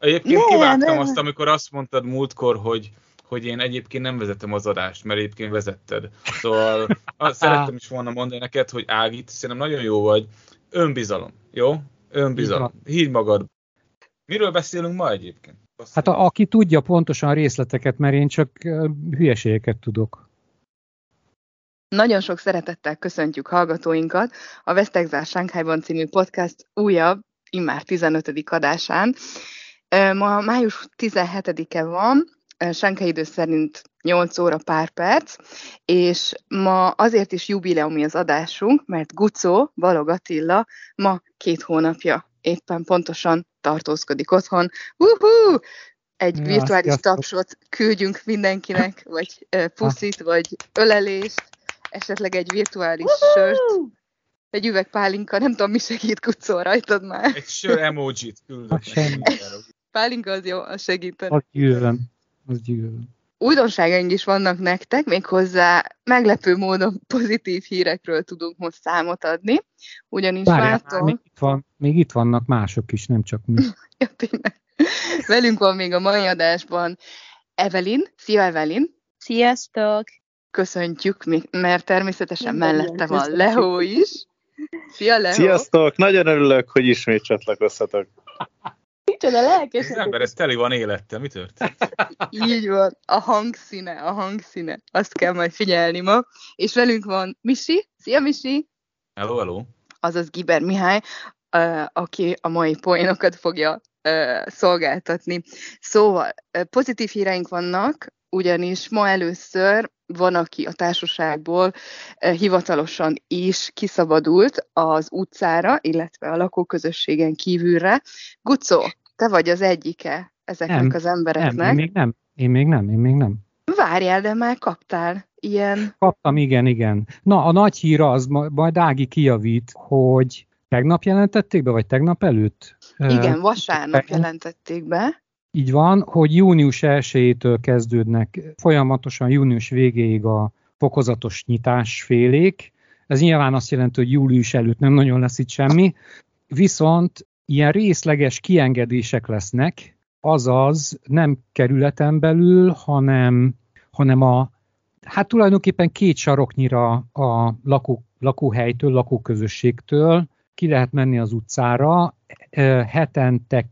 Egyébként kivágtam azt, amikor azt mondtad múltkor, hogy én egyébként nem vezetem az adást, mert egyébként vezetted. Szóval szerettem is volna mondani neked, hogy Ági, szerintem nagyon jó vagy. Önbizalom, jó? Önbizalom. Higgy magad. Miről beszélünk ma egyébként? Hát aki tudja pontosan részleteket, mert én csak hülyeségeket tudok. Nagyon sok szeretettel köszöntjük hallgatóinkat a Vesztegzár Sánkhájban című podcast újabb, immár 15. adásán. Ma május 17-e van, Sánkháj idő szerint 8 óra pár perc, és ma azért is jubileumi az adásunk, mert Gucó, Balog Attila ma 2 hónapja éppen pontosan tartózkodik otthon. Egy virtuális tapsot küldjünk mindenkinek, vagy puszit, vagy ölelést, esetleg egy virtuális sört, egy üveg pálinka, nem tudom, mi segít Gucó rajtad már. Egy sör emojit küldök. Pálinka az jó, az segíteni. Az gyűlölöm. Újdonságaink is vannak nektek, méghozzá meglepő módon pozitív hírekről tudunk most számot adni, ugyanis Márton... Még itt vannak mások is, nem csak mi. Ja, tényleg. Velünk van még a mai adásban Evelyn. Szia, Evelyn! Sziasztok! Köszöntjük, mert természetesen mellette van Leo is. Szia, Leo! Sziasztok! Nagyon örülök, hogy ismét csatlakozhatok. Micsoda lelkes! Az ember, ez teli van élettel. Mi történt? Így van. A hangszíne. Azt kell majd figyelni ma. És velünk van Misi. Szia, Misi! Hello. Azaz Giber Mihály, aki a mai poénokat fogja szolgáltatni. Szóval pozitív híreink vannak, ugyanis ma először van, aki a társaságból hivatalosan is kiszabadult az utcára, illetve a lakóközösségen kívülre. Gucó, te vagy az egyike ezeknek az embereknek. Én még nem. Várjál, de már kaptál ilyen... Kaptam, igen. Na, a nagy hír az, majd Ági kijavít, hogy tegnap jelentették be, vagy tegnap előtt? Igen, vasárnap jelentették be. Így van, hogy június 1-től kezdődnek folyamatosan június végéig a fokozatos nyitásfélék. Ez nyilván azt jelenti, hogy július előtt nem nagyon lesz itt semmi, viszont ilyen részleges kiengedések lesznek, azaz nem kerületen belül, hanem hát tulajdonképpen 2 saroknyira a lakóhelytől, lakóközösségtől ki lehet menni az utcára, hetente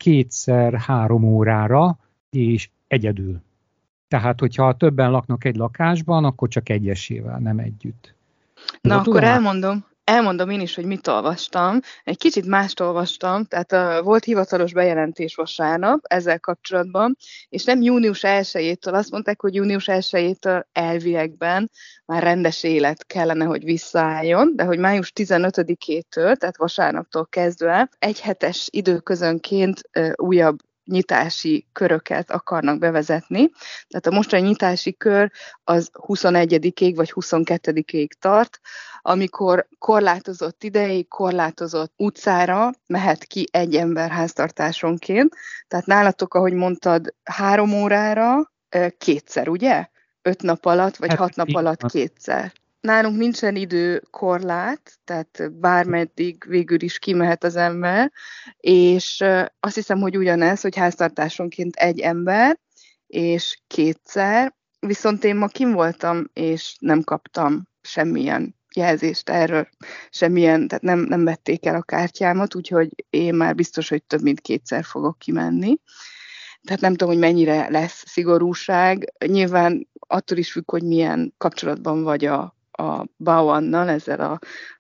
2-3 órára, és egyedül. Tehát, hogyha többen laknak egy lakásban, akkor csak egyesével, nem együtt. Na, akkor elmondom én is, hogy mit olvastam. Egy kicsit mást olvastam, tehát volt hivatalos bejelentés vasárnap ezzel kapcsolatban, és nem június 1-től, azt mondták, hogy június 1-től elviekben már rendes élet kellene, hogy visszaálljon, de hogy május 15-től, tehát vasárnaptól kezdve egyhetes időközönként újabb nyitási köröket akarnak bevezetni. Tehát a mostani nyitási kör az 21-ig vagy 22-ig tart, amikor korlátozott ideig, korlátozott utcára mehet ki egy ember háztartásonként. Tehát nálatok, ahogy mondtad, 3 órára 2-szer, ugye? 5 nap alatt, vagy 6 nap alatt 2-szer. Nálunk nincsen időkorlát, tehát bármeddig végül is kimehet az ember, és azt hiszem, hogy ugyanez, hogy háztartásonként egy ember, és 2-szer, viszont én ma kim voltam, és nem kaptam semmilyen jelzést erről, tehát nem vették el a kártyámat, úgyhogy én már biztos, hogy több mint 2-szer fogok kimenni. Tehát nem tudom, hogy mennyire lesz szigorúság. Nyilván attól is függ, hogy milyen kapcsolatban vagy a Bauannal, ezzel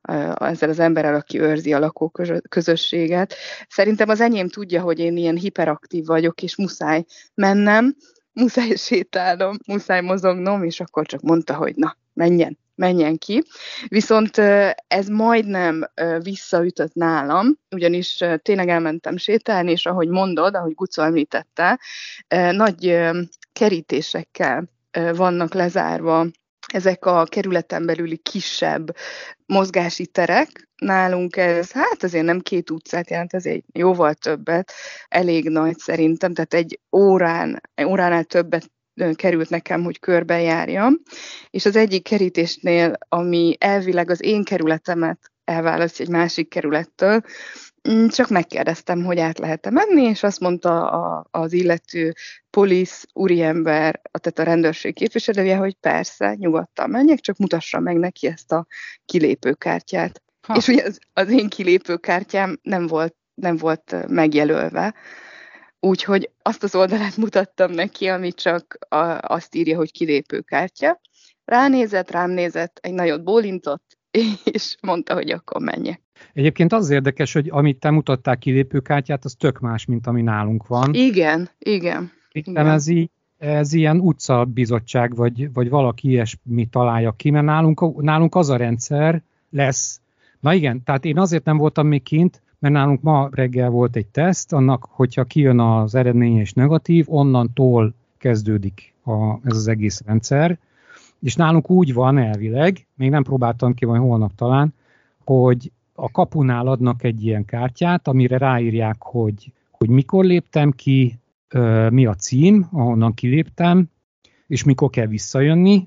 az emberrel, aki őrzi a lakóközösséget. Szerintem az enyém tudja, hogy én ilyen hiperaktív vagyok, és muszáj mennem, muszáj sétálnom, muszáj mozognom, és akkor csak mondta, hogy na, menjen ki. Viszont ez majdnem visszaütött nálam, ugyanis tényleg elmentem sétálni, és ahogy mondod, ahogy Gucó említette, nagy kerítésekkel vannak lezárva ezek a kerületen belüli kisebb mozgási terek. Nálunk ez, hát azért nem 2 utcát jelent, ez egy jóval többet, elég nagy szerintem, tehát egy óránál többet került nekem, hogy körbejárjam. És az egyik kerítésnél, ami elvileg az én kerületemet elválasztja egy másik kerülettől, Csak megkérdeztem, hogy át lehet-e menni, és azt mondta az illető polisz úriember, tehát a rendőrség képviselője, hogy persze, nyugodtan menjek, csak mutassa meg neki ezt a kilépőkártyát. És ugye az én kilépőkártyám nem volt megjelölve, úgyhogy azt az oldalát mutattam neki, ami csak azt írja, hogy kilépőkártya. Rám nézett, egy nagyot bólintott, és mondta, hogy akkor menjek. Egyébként az érdekes, hogy amit te mutattál kilépőkártyát, az tök más, mint ami nálunk van. Igen. Ez ilyen utcabizottság, vagy valaki ilyesmit találja ki, mert nálunk az a rendszer lesz. Na igen, tehát én azért nem voltam még kint, mert nálunk ma reggel volt egy teszt, annak, hogyha kijön az eredmény és negatív, onnantól kezdődik ez az egész rendszer. És nálunk úgy van elvileg, még nem próbáltam ki, majd holnap talán, hogy a kapunál adnak egy ilyen kártyát, amire ráírják, hogy mikor léptem ki, mi a cím, ahonnan kiléptem, és mikor kell visszajönni,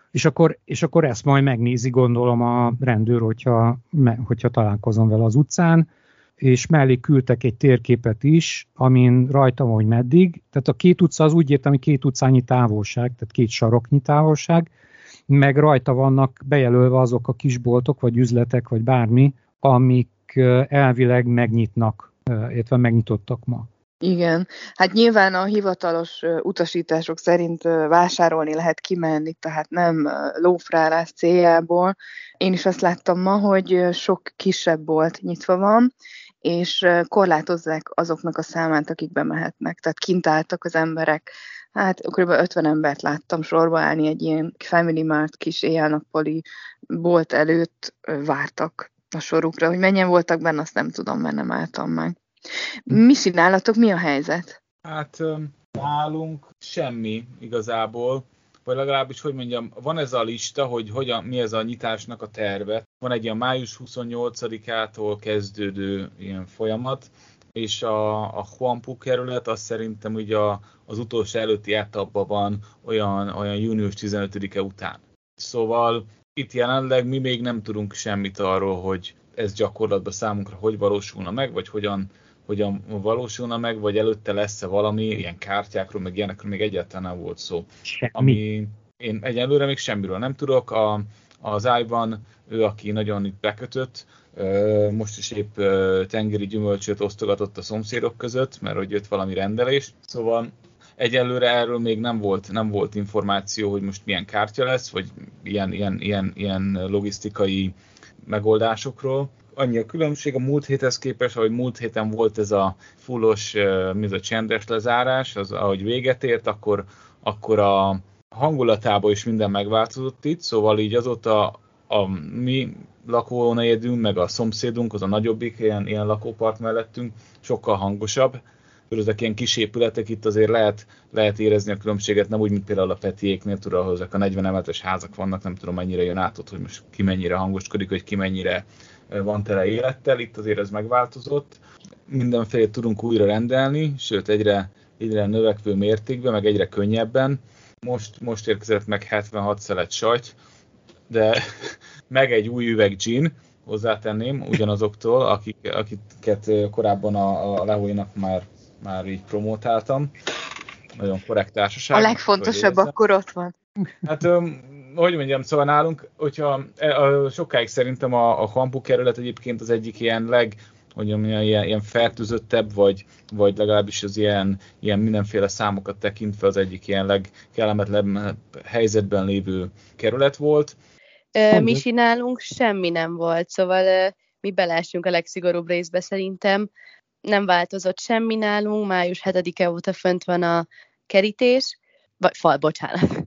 és akkor ezt majd megnézi, gondolom, a rendőr, hogyha találkozom vele az utcán, és mellé küldtek egy térképet is, amin rajta van, hogy meddig. Tehát a két utca az úgy értem, hogy 2 utcányi távolság, tehát 2 saroknyi távolság, meg rajta vannak bejelölve azok a kisboltok, vagy üzletek, vagy bármi, amik elvileg megnyitnak, illetve megnyitottak ma. Igen, hát nyilván a hivatalos utasítások szerint vásárolni lehet kimenni, tehát nem lófrálás céljából. Én is azt láttam ma, hogy sok kisebb bolt nyitva van, és korlátozzák azoknak a számát, akik bemehetnek. Tehát kint álltak az emberek. Hát kb. 50 embert láttam sorba állni egy ilyen Family Mart kis éjjel-nappali bolt előtt, vártak a sorukra. Hogy mennyien voltak benne, azt nem tudom, mert nem álltam meg. Mi nálatok, mi a helyzet? Hát nálunk semmi igazából, vagy legalábbis, hogy mondjam, van ez a lista, hogy mi ez a nyitásnak a terve. Van egy ilyen május 28-ától kezdődő ilyen folyamat, és a Huampu kerület azt szerintem ugye az utolsó előtti etapban van olyan június 15-e után. Szóval itt jelenleg mi még nem tudunk semmit arról, hogy ez gyakorlatban számunkra hogy valósulna meg, vagy hogyan valósulna meg, vagy előtte lesz-e valami, ilyen kártyákról, meg ilyenekről még egyáltalán nem volt szó. Ami én egyelőre még semmiről nem tudok. Az Ivan, ő, aki nagyon itt bekötött, most is épp tengeri gyümölcsöt osztogatott a szomszédok között, mert hogy jött valami rendelés. Szóval egyelőre erről még nem volt információ, hogy most milyen kártya lesz, vagy ilyen logisztikai megoldásokról. Annyi a különbség a múlt héthez képest, ahogy múlt héten volt ez a fullos, csendes lezárás, az ahogy véget ért, akkor a hangulatában is minden megváltozott itt, szóval így azóta a mi lakónegyedünk, meg a szomszédunk, az a nagyobbik ilyen lakópark mellettünk, sokkal hangosabb. Ezek ilyen kis épületek, itt azért lehet érezni a különbséget, nem úgy, mint például a Petiéknél, ahol ezek a 40 emeletes házak vannak, nem tudom mennyire jön át ott, hogy most ki mennyire hangoskodik, hogy ki mennyire van tele élettel, itt azért ez megváltozott. Mindenféle tudunk újra rendelni, sőt egyre növekvő mértékben, meg egyre könnyebben. Most érkezett meg 76 szelet sajt, de meg egy új üveg gin, hozzátenném, ugyanazoktól, akiket korábban a Lehóinak már így promotáltam. Nagyon korrekt társaság. A legfontosabb akkor ott van. Hát, hogy mondjam, szóval nálunk, hogyha sokáig szerintem a Huampu kerület egyébként az egyik ilyen ilyen fertőzöttebb, vagy legalábbis az ilyen mindenféle számokat tekintve az egyik ilyen legkellemetlenebb helyzetben lévő kerület volt. Mi nálunk semmi nem volt, szóval mi beleessünk a legszigorúbb részbe szerintem. Nem változott semmi nálunk, május 7-e óta fönt van a kerítés, vagy fal, bocsánat,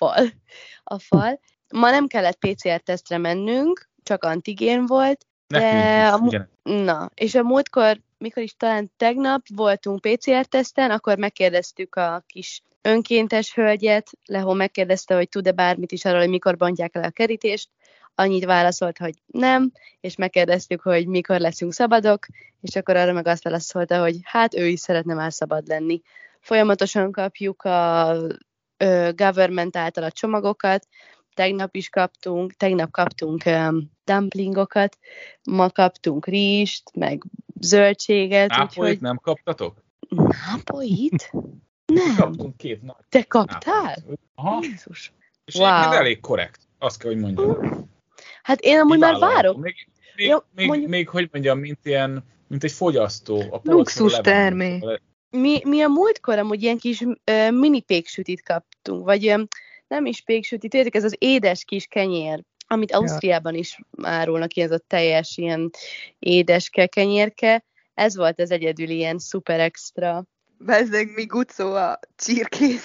a fal. Ma nem kellett PCR-tesztre mennünk, csak antigén volt. És a múltkor, mikor is talán tegnap voltunk PCR-teszten, akkor megkérdeztük a kis önkéntes hölgyet, Lehó megkérdezte, hogy tud-e bármit is arról, hogy mikor bontják el a kerítést. Annyit válaszolt, hogy nem, és megkérdeztük, hogy mikor leszünk szabadok, és akkor arra meg azt válaszolta, hogy hát ő is szeretne már szabad lenni. Folyamatosan kapjuk a government által a csomagokat, tegnap kaptunk dumplingokat, ma kaptunk rizst, meg zöldséget. Nápolyt úgyhogy... nem kaptatok? Nápolyt? Nem. Kaptunk 2 nagy. Te kaptál? Aha. Jézus. És Wow. egyébként elég korrekt, azt kell, hogy mondjam. Hát én amúgy már várok. Még hogy mondjam, mint egy fogyasztó. A luxus termék. Mi a múltkor amúgy ilyen kis mini péksütit kaptunk, vagy nem is péksütit, tudjátok, ez az édes kis kenyér, amit Ausztriában is árulnak, ez a teljes ilyen édeske kenyérke. Ez volt az egyedül ilyen szuper extra. Bezzeg mi gucó a csirkét.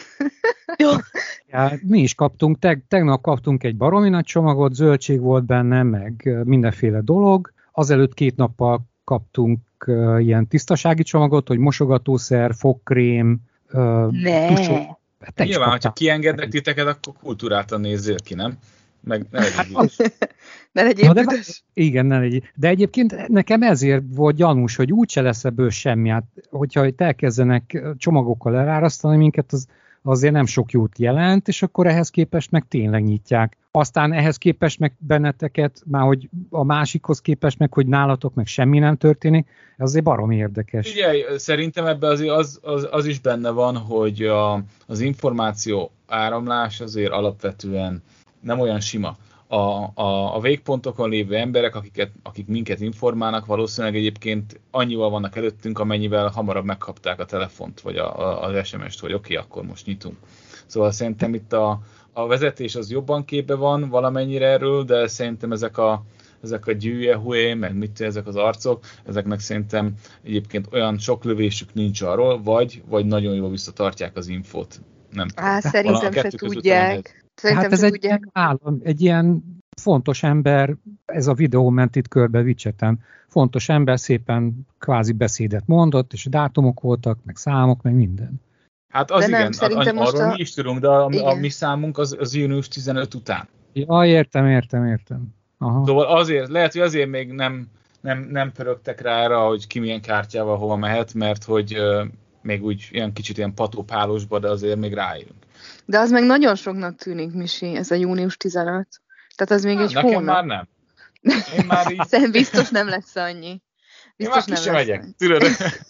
Ja, mi is kaptunk, tegnap kaptunk egy baromi nagy csomagot, zöldség volt benne, meg mindenféle dolog. Azelőtt 2 nappal kaptunk ilyen tisztasági csomagot, hogy mosogatószer, fogkrém, tusó. Nyilván, hogyha kiengednek titeket, akkor kultúráltan nézzél ki, nem? Meg ne legyél büdös. Igen, ne legyél. De egyébként nekem ezért volt gyanús, hogy úgyse lesz ebből semmi. Hát, hogyha itt elkezdenek csomagokkal elárasztani minket, az azért nem sok jót jelent, és akkor ehhez képest meg tényleg nyitják. Aztán ehhez képest meg benneteket, már hogy a másikhoz képest meg, hogy nálatok meg semmi nem történik, ez azért baromi érdekes. Figyelj, szerintem ebben azért az is benne van, hogy az információ áramlás azért alapvetően nem olyan sima. A végpontokon lévő emberek, akik minket informálnak, valószínűleg egyébként annyival vannak előttünk, amennyivel hamarabb megkapták a telefont, vagy az SMS-t, hogy oké, akkor most nyitunk. Szóval szerintem itt a vezetés az jobban képbe van valamennyire erről, de szerintem ezek a gyűje, meg ezek az arcok, ezeknek szerintem egyébként olyan sok lövésük nincs arról, vagy nagyon jól visszatartják az infót. Nem tudom. Szerintem se tudják. Szerintem hát ez egy ilyen fontos ember, ez a videó ment itt körbe Vicseten, fontos ember szépen kvázi beszédet mondott, és dátumok voltak, meg számok, meg minden. Hát az de igen, arról mi is tudunk, de a mi számunk az június 15 után. Ja, értem. Aha. Szóval azért, lehet, hogy azért még nem pörögtek rá arra, hogy ki milyen kártyával hova mehet, mert hogy még úgy ilyen kicsit ilyen patópálosba, de azért még ráérünk. De az meg nagyon soknak tűnik, Misi, ez a június 15. Tehát az még egy nekem hónap. Már nem. Én már így... Szerintem biztos nem lesz annyi. Biztos én már ki sem megyek, tudod?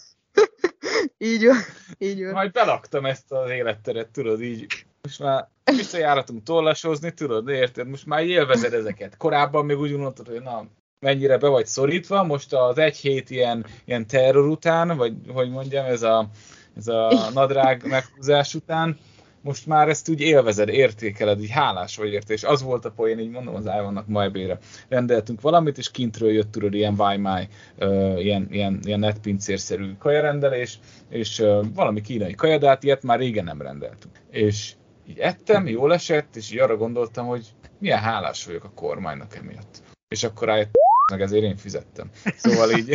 Így van. Majd belaktam ezt az életteret, tudod, így. Most már visszajáratunk tollasozni, tudod, érted? Most már élvezed ezeket. Korábban még úgy gondoltad, hogy na, mennyire be vagy szorítva, most az egy hét ilyen terror után, vagy hogy mondjam, ez a nadrág meghúzás után, most már ezt úgy élvezed, értékeled, így hálás vagy érte, és az volt a poén, így mondom az Ivannak ma ebédre. Rendeltünk valamit, és kintről jött, tudod, ilyen Vajmáj, ilyen netpincérszerű kajarendelés, és valami kínai kajadát, ilyet már régen nem rendeltünk. És így ettem, jól esett, és így arra gondoltam, hogy milyen hálás vagyok a kormánynak emiatt. És akkor rájött, meg ezért én fizettem. Szóval így,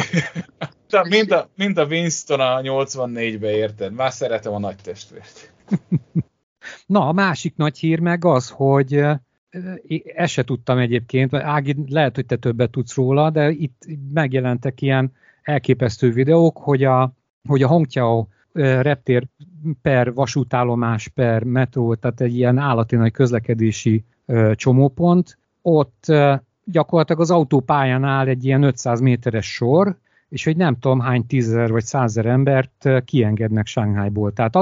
mint a Winston a 84-be, érted? Már szeretem a nagy testvért. Na, a másik nagy hír meg az, hogy ezt se tudtam egyébként, vagy Ági, lehet, hogy te többet tudsz róla, de itt megjelentek ilyen elképesztő videók, hogy a Hongqiao reptér per vasútállomás per metró, tehát egy ilyen állati nagy közlekedési csomópont, ott gyakorlatilag az autópályán áll egy ilyen 500 méteres sor, és hogy nem tudom hány 10.000 vagy 100.000 embert kiengednek Shanghaiból. Tehát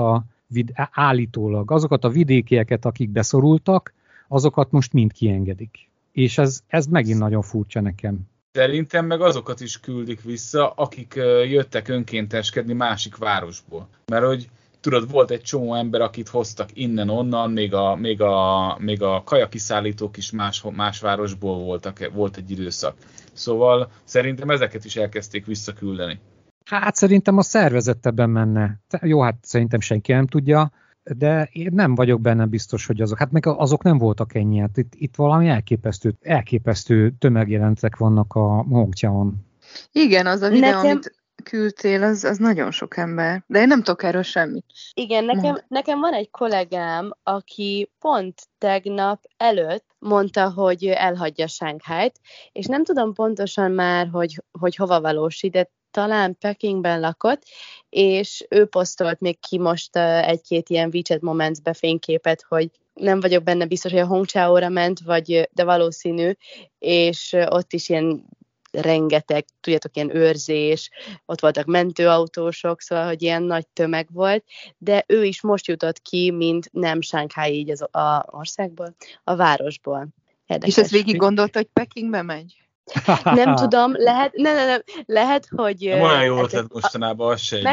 állítólag azokat a vidékieket, akik beszorultak, azokat most mind kiengedik. És ez megint nagyon furcsa nekem. Szerintem meg azokat is küldik vissza, akik jöttek önkénteskedni másik városból. Mert hogy tudod, volt egy csomó ember, akit hoztak innen-onnan, még a kajakiszállítók is más városból volt egy időszak. Szóval szerintem ezeket is elkezdték visszaküldeni. Hát szerintem a szervezettebben menne. Jó, hát szerintem senki nem tudja, de én nem vagyok benne biztos, hogy azok. Hát meg azok nem voltak ennyi. Hát itt valami elképesztő tömegjelentek vannak a Hongqiaon. Igen, az a videó, amit küldtél, az nagyon sok ember. De én nem tudok erről semmit. Igen, nekem van egy kollégám, aki pont tegnap előtt mondta, hogy elhagyja Shanghait, és nem tudom pontosan már, hogy hova valósít, de talán Pekingben lakott, és ő posztolt még ki most egy-két ilyen WeChat Momentsbe fényképet, hogy nem vagyok benne biztos, hogy a Hongqiaóra ment, de valószínű, és ott is ilyen rengeteg, tudjátok, ilyen őrzés, ott voltak mentőautósok, szóval, hogy ilyen nagy tömeg volt, de ő is most jutott ki, mint nem Shanghai így az országból, a városból. Érdekes. És ezt végig gondolta, hogy Pekingbe megy? Nem tudom, lehet, hogy... Nem olyan jó ötlet mostanában, az se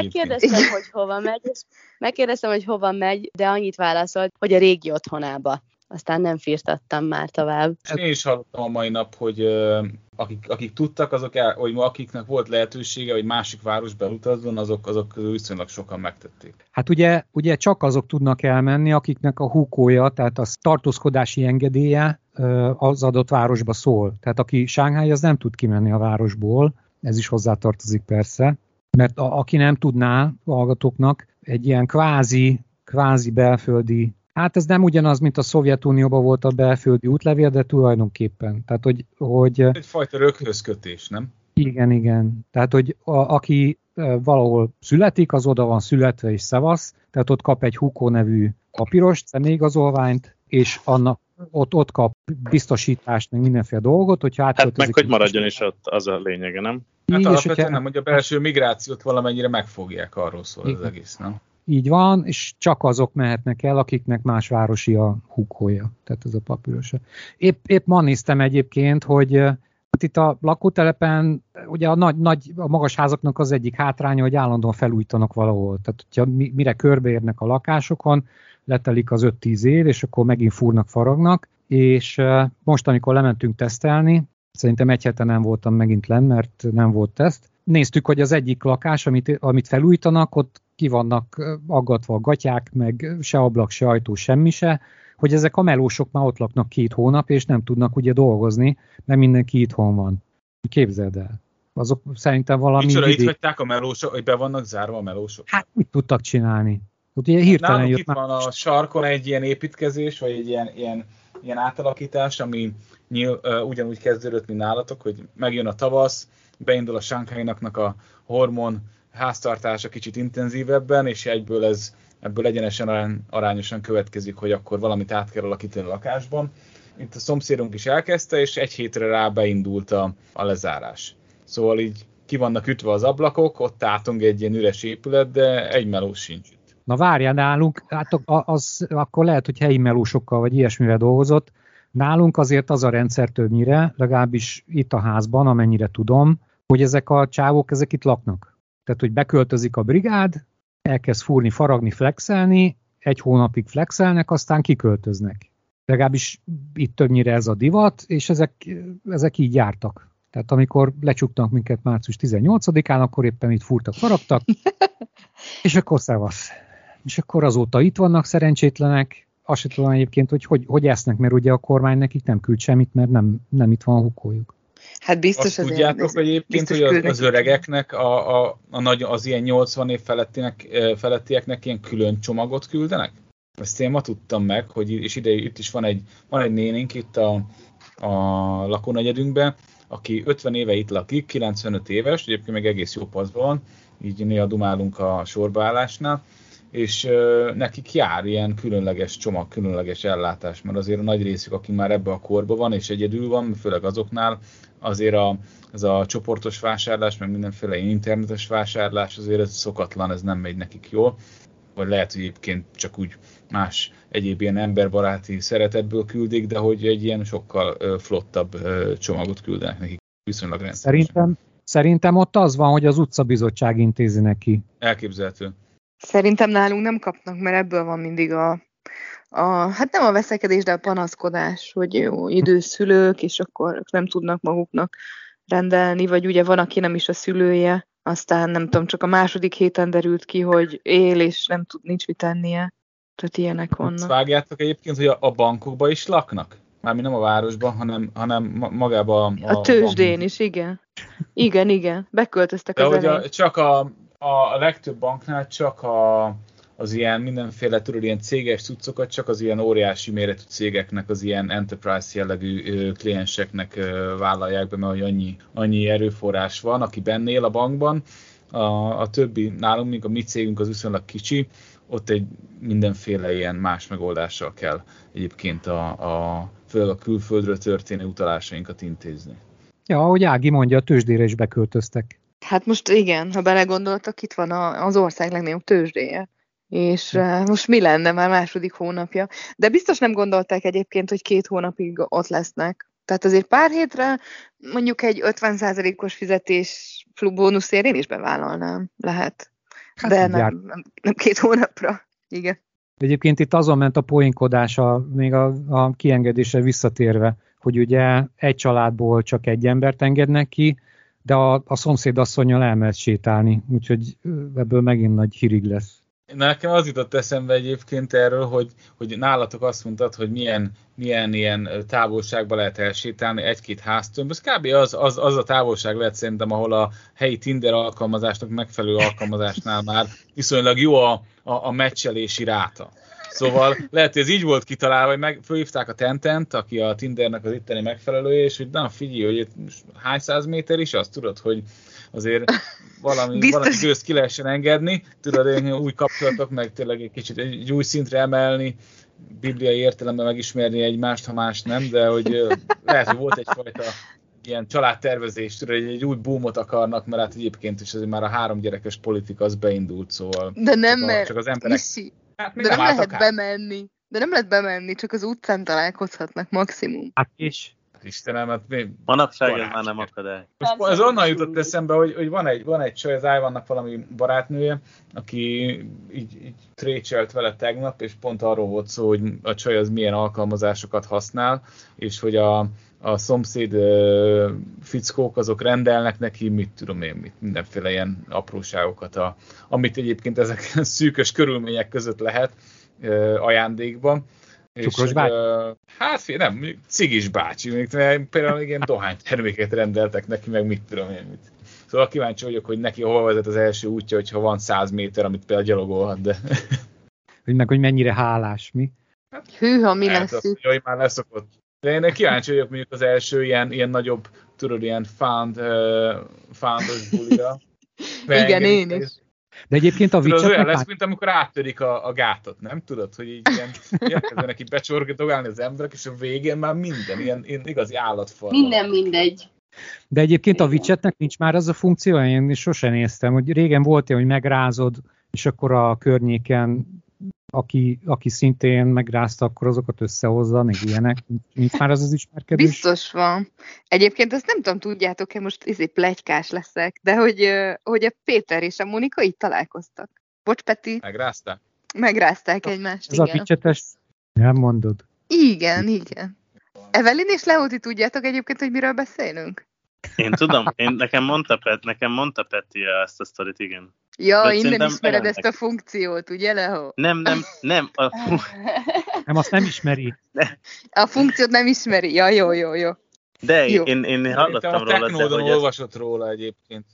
Megkérdeztem, hogy hova megy, de annyit válaszolt, hogy a régi otthonába. Aztán nem firtattam már tovább. Én is hallottam a mai nap, hogy akik tudtak, vagy akiknek volt lehetősége, hogy másik városba utazzon, azok viszonylag sokan megtették. Hát ugye csak azok tudnak elmenni, akiknek a húkója, tehát a tartózkodási engedélye az adott városba szól. Tehát aki Shanghai, az nem tud kimenni a városból, ez is hozzátartozik persze, mert aki nem tudná, hallgatóknak egy ilyen kvázi belföldi, hát ez nem ugyanaz, mint a Szovjetunióban volt a belföldi útlevél, de tulajdonképpen. Tehát, hogy egyfajta röghözkötés, nem? Igen. Tehát, hogy aki valahol születik, az oda van születve és szevasz, tehát ott kap egy Hukó nevű papíros személyigazolványt, és ott kap biztosítást, meg mindenféle dolgot, hogyha hát meg hogy maradjon is ott, az a lényege, nem? Hát alapvetően nem, hogy a belső migrációt valamennyire megfogják, arról szól az egész, nem? Így van, és csak azok mehetnek el, akiknek más városi a húkója, tehát ez a papírosa. Épp ma néztem egyébként, hogy itt a lakótelepen ugye a magas házaknak az egyik hátránya, hogy állandóan felújítanak valahol. Tehát, hogyha mire körbeérnek a lakásokon, letelik az 5-10 év, és akkor megint fúrnak, faragnak, és most, amikor lementünk tesztelni, szerintem egy hete nem voltam megint lenn, mert nem volt teszt, néztük, hogy az egyik lakás, amit felújítanak, ott ki vannak aggatva a gatyák, meg se ablak, se ajtó, semmi se, hogy ezek a melósok már ott laknak 2 hónap, és nem tudnak ugye dolgozni, mert mindenki itthon van. Képzeld el. Azok szerintem valami... Micsoda, itt hagyták a melósok, hogy be vannak zárva a melósok? Hát mit tudtak csinálni? Ugye hirtelen nálunk jött itt van a sarkon egy ilyen építkezés, vagy egy ilyen átalakítás, ami ugyanúgy kezdődött, mint nálatok, hogy megjön a tavasz, beindul a Shanghai-nak a hormon háztartása kicsit intenzívebben, és ebből egyenesen arányosan következik, hogy akkor valamit át kell alakítani a lakásban. Itt a szomszédunk is elkezdte, és 1 hétre rá beindult a lezárás. Szóval így ki vannak ütve az ablakok, ott átong egy ilyen üres épület, de egy melós sincs itt. Na várjál, nálunk, hát akkor lehet, hogy helyi melósokkal vagy ilyesmivel dolgozott. Nálunk azért az a rendszer többnyire, legalábbis itt a házban, amennyire tudom, hogy ezek a csávók, ezek itt laknak. Tehát, hogy beköltözik a brigád, elkezd fúrni, faragni, flexelni, 1 hónapig flexelnek, aztán kiköltöznek. Legalábbis itt többnyire ez a divat, és ezek így jártak. Tehát amikor lecsuktak minket március 18-án, akkor éppen itt fúrtak, faragtak, és akkor szevasz. És akkor azóta itt vannak szerencsétlenek, azt sem tudom egyébként, hogy esznek, mert ugye a kormány nekik nem küld semmit, mert nem itt van a hukójuk. Hát biztos azt tudjátok egyébként, hogy az öregeknek, az ilyen 80 év felettieknek ilyen külön csomagot küldenek? Ezt én ma tudtam meg, hogy és itt is van egy nénénk itt a lakónegyedünkben, aki 50 éve itt lakik, 95 éves, egyébként meg egész jó paszban van, így néha dumálunk a sorbaállásnál, és nekik jár ilyen különleges csomag, különleges ellátás, mert azért a nagy részük, aki már ebbe a korba van, és egyedül van, főleg azoknál, azért ez a csoportos vásárlás, meg mindenféle internetes vásárlás, azért ez szokatlan, ez nem megy nekik jól, vagy lehet, hogy egyébként csak úgy más egyéb ilyen emberbaráti szeretetből küldik, de hogy egy ilyen sokkal flottabb csomagot küldenek nekik viszonylag rendszeresen. Szerintem ott az van, hogy az utcabizottság intézi neki. Elképzelhető. Szerintem nálunk nem kapnak, mert ebből van mindig hát nem a veszekedés, de a panaszkodás, hogy jó, időszülők, és akkor nem tudnak maguknak rendelni, vagy ugye van, aki nem is a szülője, aztán nem tudom, csak a második héten derült ki, hogy él, és nincs mit tennie. Tehát ilyenek vannak. Azt vágjátok egyébként, hogy a bankokban is laknak? Mármint nem a városban, hanem magában a tőzsdén is, igen. Igen. Beköltöztek de az elején. Csak a legtöbb banknál csak az ilyen mindenféle, ilyen céges cuccokat csak az ilyen óriási méretű cégeknek, az ilyen enterprise jellegű klienseknek vállalják be, mert annyi erőforrás van, aki benne él a bankban. A többi, nálunk még a mi cégünk az viszonylag kicsi, ott egy mindenféle ilyen más megoldással kell egyébként főleg a külföldről történő utalásainkat intézni. Ja, ahogy Ági mondja, a tőzsdére is beköltöztek. Hát most igen, ha belegondoltak, itt van az ország legnagyobb tőzsdéje. És most mi lenne már második hónapja? De biztos nem gondolták egyébként, hogy 2 hónapig ott lesznek. Tehát azért pár hétre mondjuk egy 50%-os fizetés bónuszért én is bevállalnám. Lehet. Hát de így jár. nem 2 hónapra. Igen. Egyébként itt azon ment a poénkodása, még a kiengedésre visszatérve, hogy ugye egy családból csak egy embert engednek ki, de a szomszédasszonnyal elmehet sétálni, úgyhogy ebből megint nagy hírig lesz. Nekem az jutott eszembe egyébként erről, hogy nálatok azt mondtad, hogy milyen ilyen távolságba lehet elsétálni, 1-2 háztömb. Ez kb. Az a távolság lehet szerintem, ahol a helyi Tinder alkalmazásnak megfelelő alkalmazásnál már viszonylag jó a meccselési ráta. Szóval lehet, hogy ez így volt kitalálva, hogy fölhívták a Tentent, aki a Tindernek az itteni megfelelője, és hogy na figyelj, hogy hány 100 méter is, azt tudod, hogy azért valami gőzt ki lehessen engedni, tudod, új kapcsolatok, meg tényleg egy kicsit egy új szintre emelni, bibliai értelemben megismerni egymást, ha más nem, de hogy lehet, hogy volt egyfajta ilyen családtervezés, tudod, egy új boomot akarnak, mert hát egyébként is azért már a 3 gyerekes politika az beindult, szóval de nem, csak az emberek... Hát de nem lehet bemenni. De nem lehet bemenni, csak az utcán találkozhatnak maximum. Hát és... Istenem, hát manapság ez már nem akadály. Most ez onnan jutott eszembe, hogy van egy csaj, az Ájvannak valami barátnője, aki így trécselt vele tegnap, és pont arról volt szó, hogy a csaj az milyen alkalmazásokat használ, és hogy a szomszéd fickók azok rendelnek neki, mit tudom én, mindenféle ilyen apróságokat, amit egyébként ezek szűkös körülmények között lehet ajándékban. Cukros bácsi? Hát nem, cigis bácsi, például ilyen dohányterméket rendeltek neki, meg mit tudom én mit. Szóval kíváncsi vagyok, hogy neki hol vezet az első útja, hogyha van 100 méter, amit például gyalogolhat, de... hogy mennyire hálás, mi? Hát, hűha, mi lesz itt? Hogy már leszokott. De én kíváncsi vagyok mondjuk az első ilyen nagyobb, tudod, ilyen foundos bulira. Igen, én is. De egyébként a viccet olyan lesz, mint amikor áttörik a gátot, nem? Tudod, hogy így ilyen elkezdenek így becsorgatogálni az emberek, és a végén már minden, ilyen igazi állatforma. Minden mindegy. De egyébként a widgetnek nincs már az a funkció, én sosem néztem, hogy régen volt hogy megrázod, és akkor a környéken, aki szintén megrázta, akkor azokat összehozza, meg ilyenek. Nincs már az ismerkedés? Biztos van. Egyébként azt nem tudom, tudjátok-e, most pletykás leszek, de hogy a Péter és a Monika itt találkoztak. Bocs, Peti. Megrázták? Megrázták egymást, ez igen. Ez a widgetes? Nem mondod. Igen. Evelyn és Leóti, tudjátok egyébként, hogy miről beszélünk? Én tudom, nekem mondta Peti ezt a sztorit, igen. Ja, innen ismered ezt a funkciót, ugye, Leo? Nem. Nem, azt nem ismeri. A funkciót nem ismeri. Ja, jó. De jó. Én hallottam róla. A Technódon olvasott róla egyébként.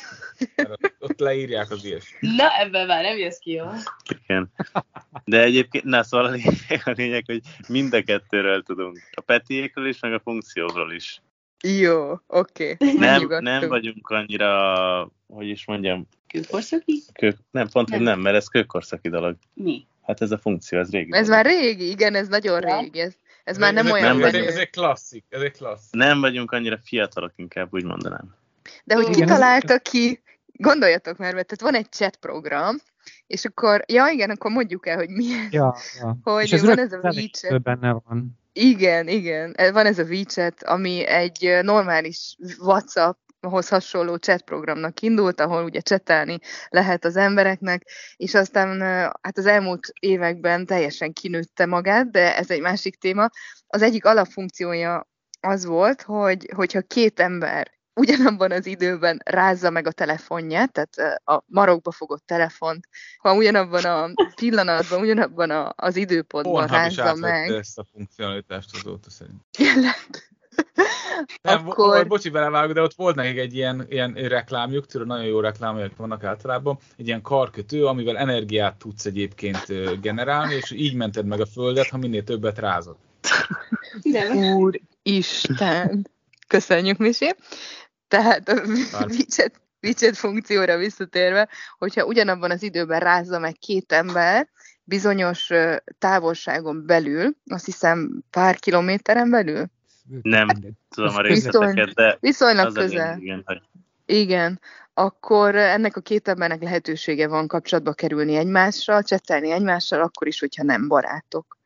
Ott leírják az ilyesmit. Na, ebben már nem jössz ki, jó? Igen. De egyébként, szóval a lényeg, hogy mind a kettőről tudunk. A Petiékről is, meg a funkcióról is. Jó, oké. Nem vagyunk annyira, hogy is mondjam. Kőkorszaki? Nem, mert ez kőkorszaki dolog. Mi? Hát ez a funkció, ez régi. Ez már régi, igen, ez nagyon régi. Ez már nem olyan menő. Ez egy klasszik. Nem vagyunk annyira fiatalok, inkább úgy mondanám. De hogy kitalálta ki, gondoljatok már, tehát van egy chat program, és akkor, akkor mondjuk el, hogy milyen. Ja. Hogy és van ez a WeChat. Benne van. Igen. Van ez a WeChat, ami egy normális WhatsApphoz hasonló chat programnak indult, ahol ugye chattelni lehet az embereknek, és aztán hát az elmúlt években teljesen kinőtte magát, de ez egy másik téma. Az egyik alapfunkciója az volt, hogyha 2 ember ugyanabban az időben rázza meg a telefonját, tehát a marokba fogott telefont, ha ugyanabban a pillanatban, ugyanabban az időpontban rázza meg. Ezt a funkcionalitást azóta szerint. Akkor... Bocsi, belevágok, de ott volt nekik egy ilyen reklámjuk, tudod, nagyon jó reklámjuk vannak általában, egy ilyen karkötő, amivel energiát tudsz egyébként generálni, és így mented meg a földet, ha minél többet rázod. Úristen! Köszönjük, Misi! Tehát a widget funkcióra visszatérve, hogyha ugyanabban az időben rázza meg 2 ember, bizonyos távolságon belül, azt hiszem pár kilométeren belül, Nem tudom a részleteket, de viszonylag az közel. Igen, hogy... Igen, akkor ennek a két embernek lehetősége van kapcsolatba kerülni egymással, csettelni egymással, akkor is, hogyha nem barátok.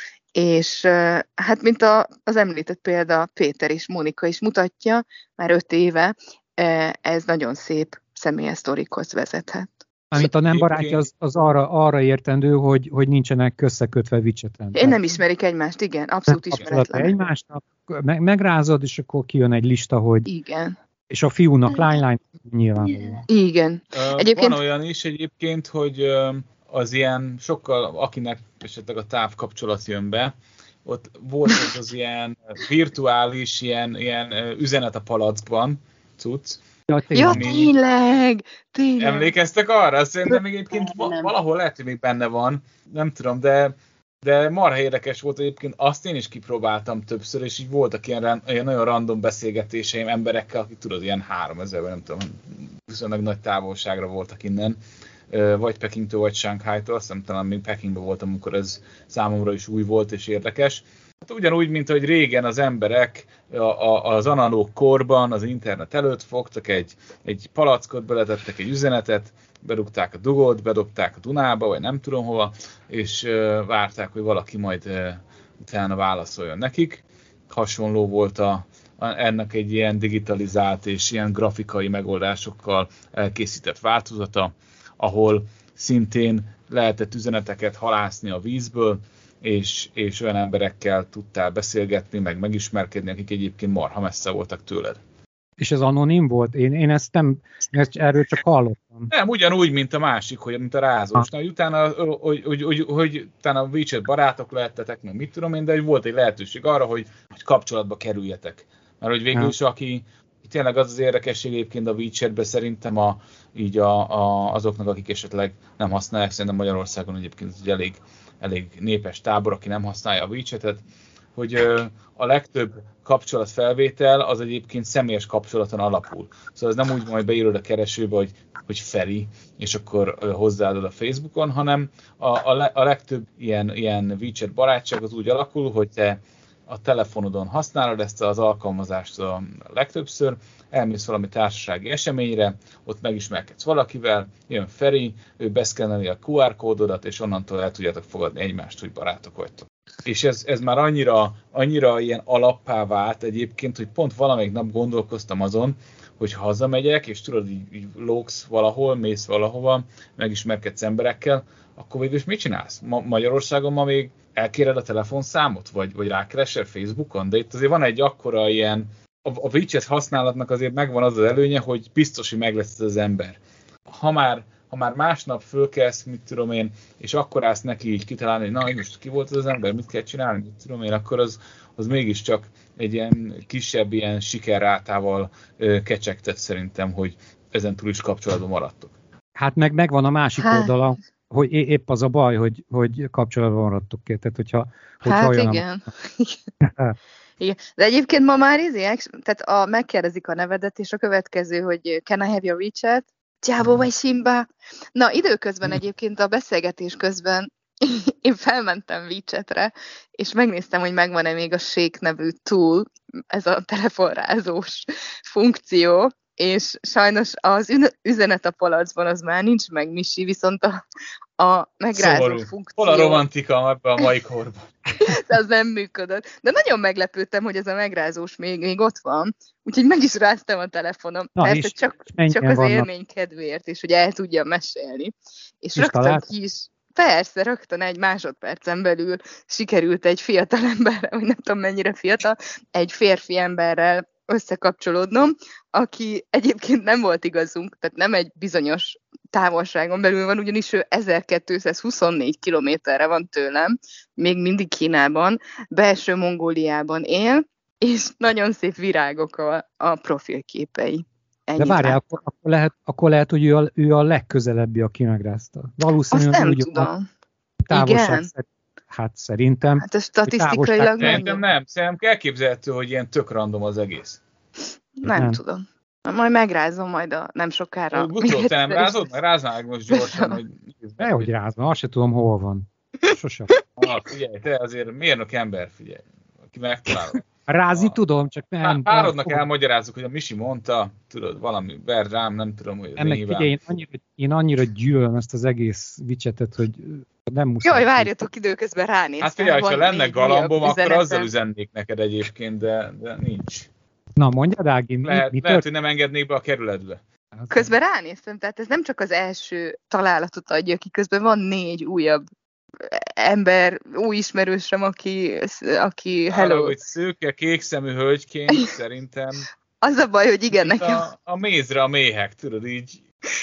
És hát, mint az említett példa, Péter és Mónika is mutatja, már 5 éve, ez nagyon szép személyes sztorikhoz vezethet. Amit a nem barátja, az arra értendő, hogy nincsenek összekötve widgeten. Én nem ismerik egymást, igen, abszolút ismeretlen. Egymásnak megrázod, és akkor kijön egy lista, hogy... Igen. És a fiúnak lány nyilvánvalóan. Igen. Egyébként... Van olyan is egyébként, hogy az ilyen sokkal, akinek esetleg a távkapcsolat jön be, ott volt az ilyen virtuális, ilyen üzenet a palackban, cucc. Ja, tényleg! Emlékeztek arra? Szerintem még egyébként valahol lehet, hogy még benne van, nem tudom, de marha érdekes volt egyébként, azt én is kipróbáltam többször, és így voltak ilyen nagyon random beszélgetéseim emberekkel, akik tudod, ilyen 3000, nem tudom, viszonylag nagy távolságra voltak innen, vagy Pekingtől, vagy Shanghai-tól, azt hiszem talán még Pekingben voltam, amikor ez számomra is új volt és érdekes. Hát ugyanúgy, mint hogy régen az emberek az analóg korban, az internet előtt fogtak egy palackot, beletettek egy üzenetet, berúgták a dugót, bedobták a Dunába, vagy nem tudom hova, és várták, hogy valaki majd utána válaszoljon nekik. Hasonló volt ennek egy ilyen digitalizált és ilyen grafikai megoldásokkal elkészített változata, ahol szintén lehetett üzeneteket halászni a vízből, és olyan emberekkel tudtál beszélgetni, meg megismerkedni, akik egyébként marha messze voltak tőled. És ez anonim volt? Én erről csak hallottam. Nem, ugyanúgy, mint a másik, mint a rázós. Na, utána, hogy utána a WeChat barátok lehettetek, meg mit tudom én, de volt egy lehetőség arra, hogy kapcsolatba kerüljetek. Mert hogy végül is, aki tényleg az érdekesség egyébként a WeChatben szerintem azoknak, akik esetleg nem használják, szerintem Magyarországon egyébként egy elég népes tábor, aki nem használja a WeChat-et, hogy a legtöbb kapcsolatfelvétel az egyébként személyes kapcsolaton alapul. Szóval ez nem úgy majd beírod a keresőbe, hogy Feri, és akkor hozzáadod a Facebookon, hanem a legtöbb ilyen WeChat barátság az úgy alakul, hogy te a telefonodon használod ezt az alkalmazást a legtöbbször, elmész valami társasági eseményre, ott megismerkedsz valakivel, jön Feri, ő beszkenneli a QR kódodat, és onnantól el tudjátok fogadni egymást, hogy barátok vagytok. És ez már annyira ilyen alappá vált egyébként, hogy pont valamelyik nap gondolkoztam azon, hogy ha hazamegyek, és tudod, így lógsz valahol, mész valahova, megismerkedsz emberekkel, akkor végül is mit csinálsz? Magyarországon ma még elkéred a telefonszámot, vagy rákeresel Facebookon, de itt azért van egy akkora ilyen, a WeChat használatnak azért megvan az az előnye, hogy biztos, hogy meg lesz az ember. Ha már másnap fölkelsz, mit tudom én, és akkor állsz neki így kitalálni, hogy na, most ki volt az ember, mit kell csinálni, mit tudom én, akkor az mégiscsak egy ilyen kisebb ilyen sikerrátával kecsegtet szerintem, hogy ezen túl is kapcsolatban maradtok. Hát megvan a másik oldala, hogy épp az a baj, hogy kapcsolatban maradtok. Tehát, hogyha igen. Igen. De egyébként ma már tehát megkérdezik a nevedet, és a következő, hogy can I have your WeChat? Csábó vagy Simba? Na, időközben egyébként a beszélgetés közben én felmentem WeChatre, és megnéztem, hogy megvan-e még a Shake nevű tool, ez a telefonrázós funkció, és sajnos az üzenet a palacban az már nincs meg, Misi, viszont a megrázó Szomorú. funkció. Hol a romantika ebben a mai korban? Az nem működött. De nagyon meglepődtem, hogy ez a megrázós még ott van, úgyhogy meg is ráztam a telefonom. Persze csak az élmény kedvéért, és hogy el tudjam mesélni. És rögtön rögtön egy másodpercen belül sikerült egy fiatal emberrel, vagy nem tudom mennyire fiatal, egy férfi emberrel összekapcsolódnom, aki egyébként nem volt igazunk, tehát nem egy bizonyos távolságon belül van, ugyanis ő 1224 kilométerre van tőlem, még mindig Kínában, belső Mongóliában él, és nagyon szép virágok a profilképei. Ennyit. De várjál, akkor lehet, hogy ő a legközelebbi, aki megrázta. Valószínűleg azt nem tudom. Távolság hát szerintem. Hát ez statisztikailag nem. Szerintem elképzelhető, hogy ilyen tök random az egész. Nem tudom. Majd megrázom majd nem sokára. Gutó, te nem rázod? Ráznál most gyorsan, hogy... Nehogy rázom, azt se tudom, hol van. Sosem. Figyelj, te azért mérnök ember, figyelj. Aki megtalálod. Rázni tudom, csak nem. Párodnak elmagyarázzuk, hogy a Misi mondta, tudod, valami ver rám, nem tudom, hogy ez figyelj, én annyira gyűlölöm ezt az egész vicsetet, hogy nem muszáj. Jaj, várjatok, időközben ránéztem. Hát figyelj, ha lenne galambom, akkor azzal üzennék neked egyébként, de nincs. Na, mondjad, Ági, lehet, hogy nem engednék be a kerületbe. Közben ránéztem, tehát ez nem csak az első találatot adja ki, közben van 4 újabb ember, új ismerősöm, aki hello. Hogy szőke, kékszemű hölgyként szerintem. Az a baj, hogy igen, nekem. A mézre a méhek, tudod így.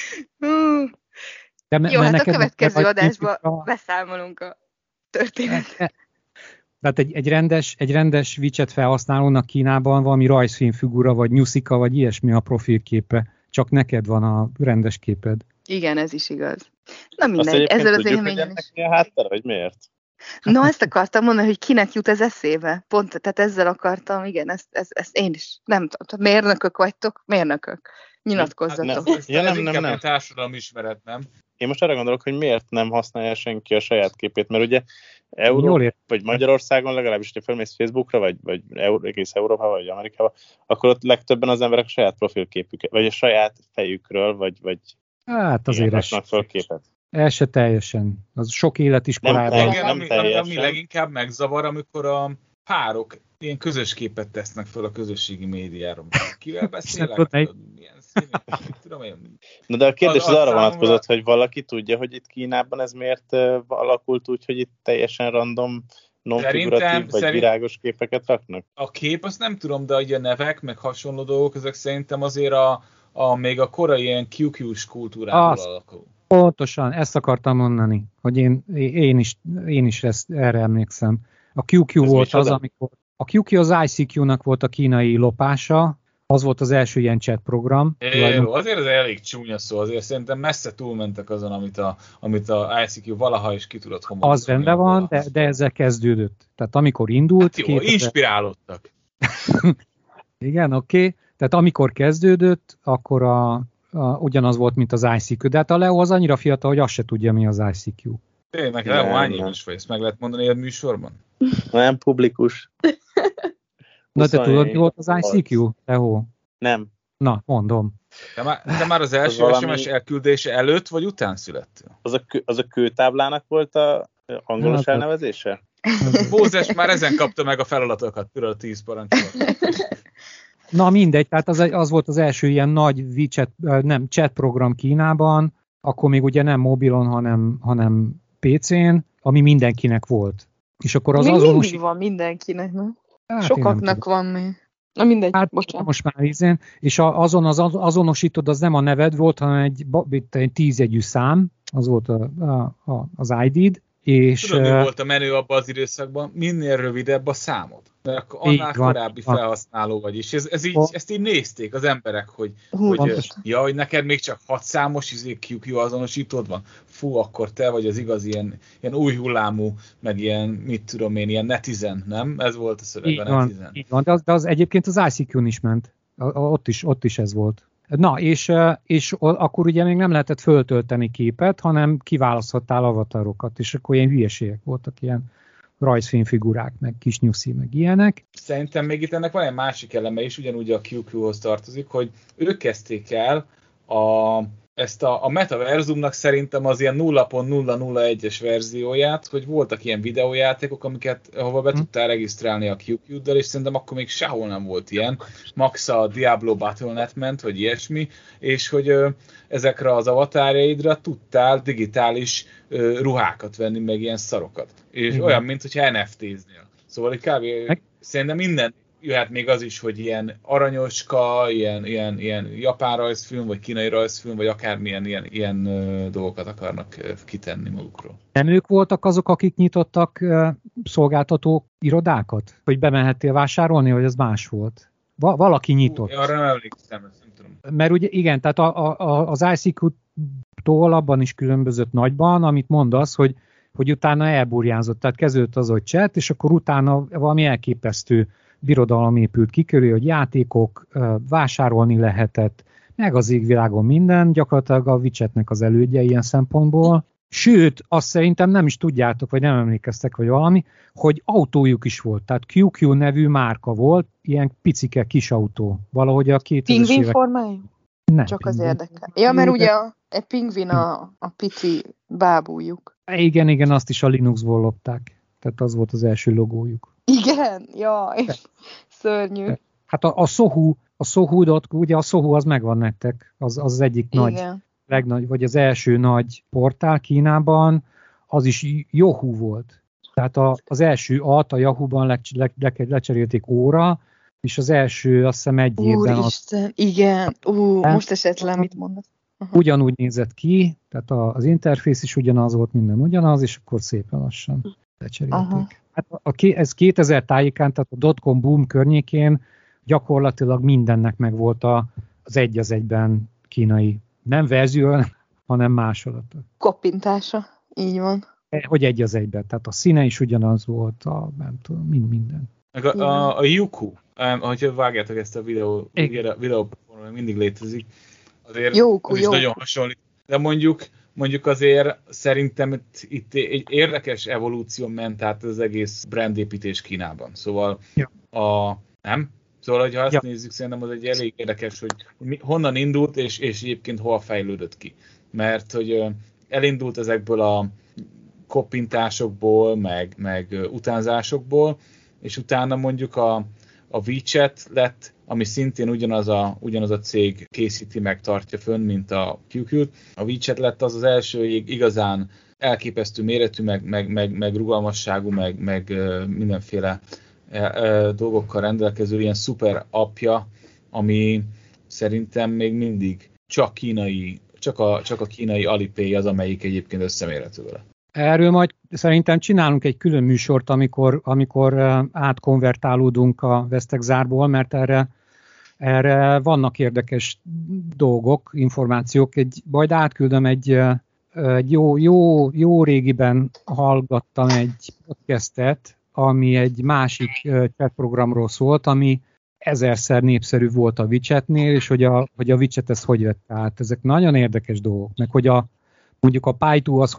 Jó, hát a következő adásban beszámolunk a történetet. Tehát egy rendes widget felhasználónak Kínában valami rajzfilmfigura, vagy nyuszika, vagy ilyesmi a profilképe. Csak neked van a rendes képed. Igen, ez is igaz. Na mindegy, ezzel az élményen is. Mi a háttere, vagy miért? No, ezt akartam mondani, hogy kinek jut ez eszébe. Pont, tehát ezzel akartam, igen, ezt én is. Nem tudom, mérnökök vagytok? Mérnökök. Nyilatkozzatok. Nem. Társadalmi ismeret, nem? Én most arra gondolok, hogy miért nem használja senki a saját képét, mert ugye vagy Magyarországon legalábbis, ha felmész Facebookra, vagy egész Európa, vagy Amerikába, akkor ott legtöbben az emberek a saját profilképüket, vagy a saját fejükről, vagy hát azért raknak fel képet. El se teljesen. Az sok életiskolában. Ami leginkább megzavar, amikor a párok ilyen közös képet tesznek fel a közösségi médiára. Kivel beszélek? Na de a kérdés az arra vonatkozott, hogy valaki tudja, hogy itt Kínában ez miért alakult úgy, hogy itt teljesen random, non-figuratív vagy virágos képeket raknak? A kép, azt nem tudom, de a nevek, meg hasonló dolgok, ezek szerintem azért még a korai ilyen QQ-s kultúrából alakul. Pontosan, ezt akartam mondani, hogy én is erre emlékszem. A QQ ez volt az, amikor... A QQ az ICQ-nak volt a kínai lopása, az volt az első ilyen chat program. Azért ez elég csúnya szó, azért szerintem messze túlmentek azon, amit a ICQ valaha is ki tudott homolni. Az rendben van, de ezzel kezdődött. Tehát amikor indult... Hát jó, inspirálódtak. Igen, oké. Tehát amikor kezdődött, akkor ugyanaz volt, mint az ICQ. De hát a Leo az annyira fiatal, hogy azt se tudja, mi az ICQ. Tényleg, Leo, hány éves vagy? Ezt meg lehet mondani a műsorban? Nem publikus. Na, te tudod, mi volt az ICQ, Leo? Nem. Na, mondom. Te már az első SMS elküldése előtt, vagy után születtél? Az a kőtáblának volt a angolos elnevezése? Mózes már ezen kapta meg a feladatokat, tudod, a 10 parancsolat. Na mindegy, tehát az volt az első ilyen nagy chat program Kínában, akkor még ugye nem mobilon, hanem PC-n, ami mindenkinek volt. És akkor az mindig van mindenkinek, nem? Hát sokaknak van még. Na mindegy, hát, bocsánat. Most már izén, és azon az azonosítod, az nem a neved volt, hanem egy 10 jegyű szám, az volt az ID-d. És, tudod, mi volt a menő abban az időszakban? Minél rövidebb a számod. Mert akkor annál korábbi felhasználó vagy is. Ezt így nézték az emberek, hogy neked még csak 6 számos QQ azonosítód van. Fú, akkor te vagy az igaz ilyen új hullámú, meg ilyen, ilyen netizen, nem? Ez volt a szöveg, a netizen. Így van, de az egyébként az ICQ-n is ment. Ott is ez volt. Na, és akkor ugye még nem lehetett föltölteni képet, hanem kiválaszthattál avatarokat, és akkor ilyen hülyeségek voltak, ilyen rajzfilmfigurák, meg kis nyuszi, meg ilyenek. Szerintem még itt ennek van egy másik eleme is, ugyanúgy a QQ-hoz tartozik, hogy ők kezdték el ezt a metaverzumnak szerintem az ilyen 0.001-es verzióját, hogy voltak ilyen videójátékok, ahova be tudtál regisztrálni a QQ-ddel, és szerintem akkor még sehol nem volt ilyen. Max a Diablo Battle.net ment, vagy ilyesmi, és hogy ezekre az avatárjaidra tudtál digitális ruhákat venni, meg ilyen szarokat. És olyan, mint hogyha NFT-znél. Szóval kb. Szerintem minden jöhet még az is, hogy ilyen aranyoska, ilyen japán rajzfilm, vagy kínai rajzfilm, vagy akármilyen ilyen dolgokat akarnak kitenni magukról. Nem ők voltak azok, akik nyitottak szolgáltató irodákat? Hogy bemehettél vásárolni, vagy ez más volt? Valaki nyitott. Arra nem emlékszem, ezt nem tudom. Mert ugye igen, tehát az ICQ-tól abban is különbözött nagyban, amit mondasz, hogy utána elburjánzott. Tehát kezdődött az, hogy chat, és akkor utána valami elképesztő birodalom épült ki körül, hogy játékok, vásárolni lehetett, meg az égvilágon minden, gyakorlatilag a widgetnek az elődje ilyen szempontból. Sőt, azt szerintem nem is tudjátok, vagy nem emlékeztek, vagy valami, hogy autójuk is volt. Tehát QQ nevű márka volt, ilyen picike kis autó. Valahogy a 2000-es Pingvin évek... formájú? Nem, csak pingvin. az érdekel. Ja, mert ugye a pingvin a pici bábújuk. Igen, azt is a Linuxból lopták. Tehát az volt az első logójuk. Igen, jaj, szörnyű. Hát a Sohu, ugye a Sohu az megvan nektek, az egyik legnagyobb, vagy az első nagy portál Kínában, az is Yahoo volt. Tehát az első a Yahoo-ban lecserélték óra, és az első, azt hiszem egy évben... Úristen, igen, most esett le, mit mondasz. Ugyanúgy nézett ki, tehát az interfész is ugyanaz volt, minden ugyanaz, és akkor szépen lassan lecserélték. Hát ez 2000 tájékán, tehát a dotcom boom környékén gyakorlatilag mindennek meg volt az egy az egyben kínai, nem verzió, hanem másolata. Koppintása, így van. Hogy egy az egyben, tehát a színe is ugyanaz volt, nem tudom, minden. A Youku, ahogy vágjátok ezt a videó mindig létezik, azért Youku, az is nagyon hasonlít. De mondjuk azért szerintem itt egy érdekes evolúció ment át az egész brandépítés Kínában. Szóval nem? Szóval, ha azt nézzük, szerintem az egy elég érdekes, hogy honnan indult, és egyébként hol fejlődött ki. Mert hogy elindult ezekből a koppintásokból, meg utánzásokból, és utána mondjuk a WeChat lett, ami szintén ugyanaz a cég készíti meg, tartja fönn, mint a QQ-t. A WeChat lett az első igazán elképesztő méretű, meg rugalmasságú, meg mindenféle dolgokkal rendelkező ilyen szuper appja, ami szerintem még mindig csak a kínai Alipay az, amelyik egyébként összemérhető vele. Erről majd szerintem csinálunk egy külön műsort, amikor átkonvertálódunk a Vesztegzárból, mert erre vannak érdekes dolgok, információk. Majd átküldöm egy jó régiben hallgattam egy podcastet, ami egy másik chat programról szólt, ami 1000-szer népszerű volt a WeChatnél, és hogy a WeChat ezt hogy vette át. Ezek nagyon érdekes dolgok, meg hogy mondjuk a Paitu az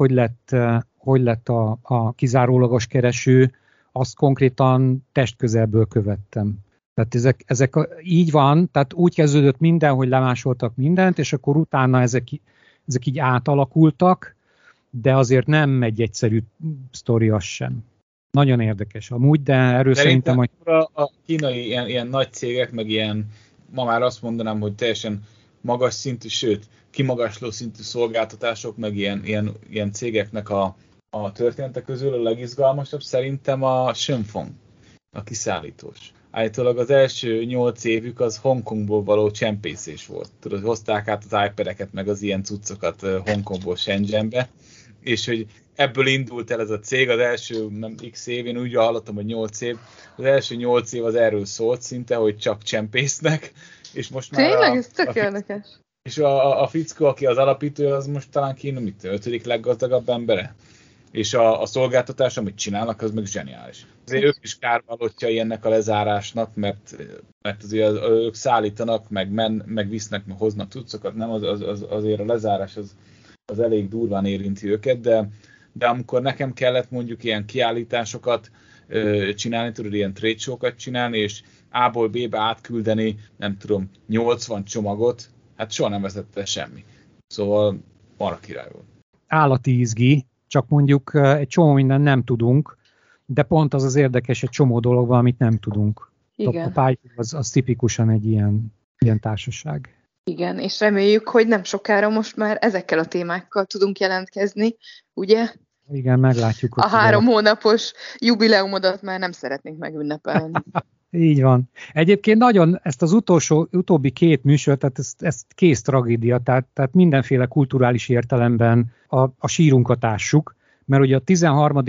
hogy lett a kizárólagos kereső, azt konkrétan testközelből követtem. Tehát ezek így van, tehát úgy kezdődött minden, hogy lemásoltak mindent, és akkor utána ezek így átalakultak, de azért nem egy egyszerű sztori az sem. Nagyon érdekes amúgy, de erről szerintem... hogy a kínai ilyen nagy cégek, meg ilyen, ma már azt mondanám, hogy teljesen magas szintű, sőt, kimagasló szintű szolgáltatások, meg ilyen cégeknek a története közül a legizgalmasabb szerintem a Shenzhen, a kiszállítós. Állítólag az első 8 évük az Hongkongból való csempészés volt. Tudod, hozták át az iPad-eket, meg az ilyen cuccokat Hongkongból Shenzhenbe, és hogy ebből indult el ez a cég az első x év, én úgy hallottam, hogy 8 év. Az első 8 év az erről szólt szinte, hogy csak csempésznek, és most már... Tényleg, ez tök érdekes. És a fickó, aki az alapítő, az most talán Kína 5. leggazdagabb embere. És a szolgáltatás, amit csinálnak, az meg zseniális. Azért ők is kárvallottjai ennek a lezárásnak, mert azért ők szállítanak, meg visznek, meg hoznak cuccokat, nem azért a lezárás az elég durván érinti őket, de amikor nekem kellett mondjuk ilyen kiállításokat csinálni, tudod, ilyen trade show-kat csinálni, és A-ból B-be átküldeni, nem tudom, 80 csomagot, hát soha nem vezette semmi. Szóval marha király volt. Állati izgi, csak mondjuk egy csomó minden nem tudunk, de pont az érdekes, egy csomó dolog van, amit nem tudunk. Igen. A pályán az tipikusan egy ilyen társaság. Igen, és reméljük, hogy nem sokára most már ezekkel a témákkal tudunk jelentkezni, ugye? Igen, meglátjuk. A 3 hónapos jubileumodat már nem szeretnénk megünnepelni. Így van. Egyébként nagyon ezt az utóbbi 2 műsor, tehát ez kész tragédia, tehát mindenféle kulturális értelemben a sírunkat ássuk, mert ugye a 13.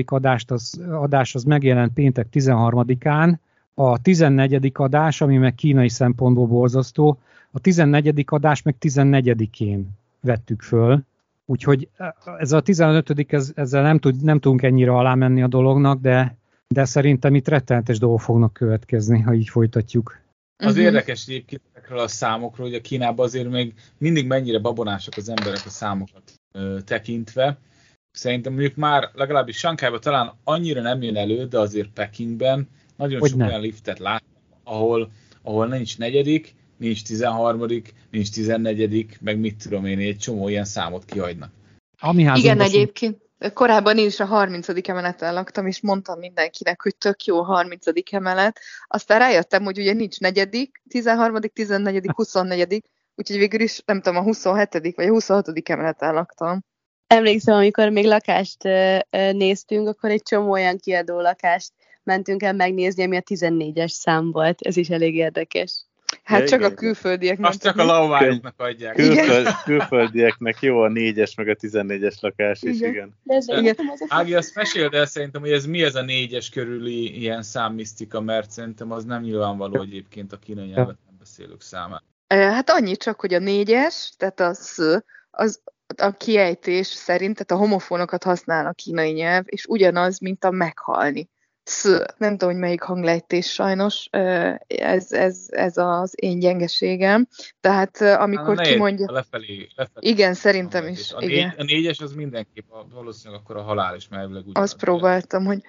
adás az megjelent péntek 13-án, a 14. adás, ami meg kínai szempontból borzasztó, a 14. adás meg 14-én vettük föl, úgyhogy ez a 15. ezzel nem tudunk ennyire alá menni a dolognak, de szerintem itt rettenetes dolgok fognak következni, ha így folytatjuk. Az érdekes egyébként ezekről a számokról, hogy a Kínában azért még mindig mennyire babonások az emberek a számokat tekintve, Szerintem mondjuk már legalábbis Shanghaiban talán annyira nem jön elő, de azért Pekingben nagyon Hogy sok nem. olyan liftet láttam, ahol nincs negyedik, nincs 13., nincs 14., meg mit tudom én, egy csomó ilyen számot kihagynak. Igen, egyébként. Korábban én is a 30. emeleten laktam, és mondtam mindenkinek, hogy tök jó a 30. emelet. Aztán rájöttem, hogy ugye nincs negyedik, 13., 14., 24., úgyhogy végül is, nem tudom, a 27. vagy a 26. emeleten laktam. Emlékszem, amikor még lakást néztünk, akkor egy csomó olyan kiadó lakást mentünk el megnézni, ami a 14-es szám volt. Ez is elég érdekes. Hát ja, csak igen, a külföldiek. Azt csak a lauvároknak adják. Külföldieknek jó a 4-es, meg a 14-es lakás is, igen. Ági, azt meséld el szerintem, hogy mi ez a 4-es körüli ilyen számmisztika, mert szerintem az nem nyilvánvaló egyébként a kínai nyelvet nem beszélők számára. Hát annyi csak, hogy a 4-es, tehát az a kiejtés szerint, tehát a homofónokat használ a kínai nyelv, és ugyanaz, mint a meghalni. Nem tudom, hogy melyik hanglejtés sajnos, ez az én gyengeségem. Tehát amikor kimondja... Lefelé. Igen, szerintem is. A 4-es az mindenképp, valószínűleg akkor a halál is, mert elvileg azt próbáltam, hogy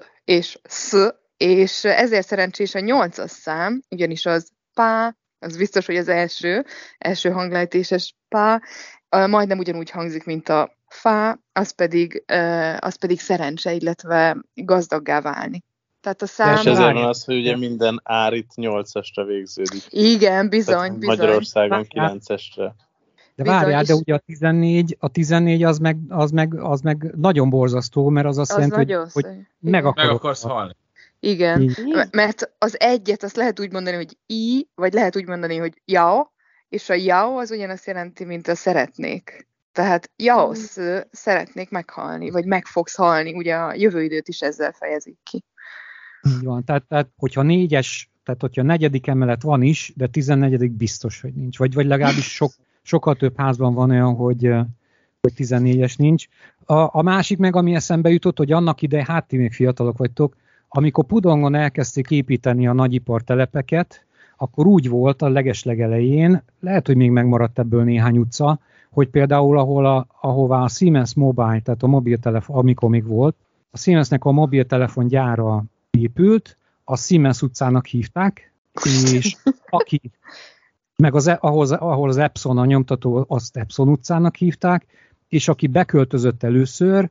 és ezért szerencsés a 8-as szám, ugyanis az pá, az biztos, hogy az első hanglejtéses pá, majdnem ugyanúgy hangzik, mint a fá, az pedig szerencse, illetve gazdaggá válni. Tehát a szám... És ezért van az, hogy ugye minden ár itt 8-asra végződik. Igen, bizony. Magyarországon 9-esre. De várjál, de ugye a 14 az meg nagyon borzasztó, mert az azt jelenti, hogy meg akarsz halni. Igen, mert az egyet azt lehet úgy mondani, hogy i, vagy lehet úgy mondani, hogy jao, és a jao az ugyanazt jelenti, mint a szeretnék. Tehát jaosz, szeretnék meghalni, vagy meg fogsz halni, ugye a jövőidőt is ezzel fejezik ki. Így van, tehát hogyha 4-es, tehát hogyha 4. emelet van is, de 14. biztos, hogy nincs. Vagy legalábbis sokkal több házban van olyan, hogy 14-es nincs. A másik meg, ami eszembe jutott, hogy annak idején, hát ti még fiatalok vagytok, amikor Pudongon elkezdték építeni a nagyipartelepeket, akkor úgy volt a legeslegelején, lehet, hogy még megmaradt ebből néhány utca, hogy például ahová a Siemens Mobile, tehát a mobiltelefon, amikor még volt, a Siemensnek a mobiltelefongyára épült, a Siemens utcának hívták, és aki, meg ahol az Epson a nyomtató, azt Epson utcának hívták, és aki beköltözött először,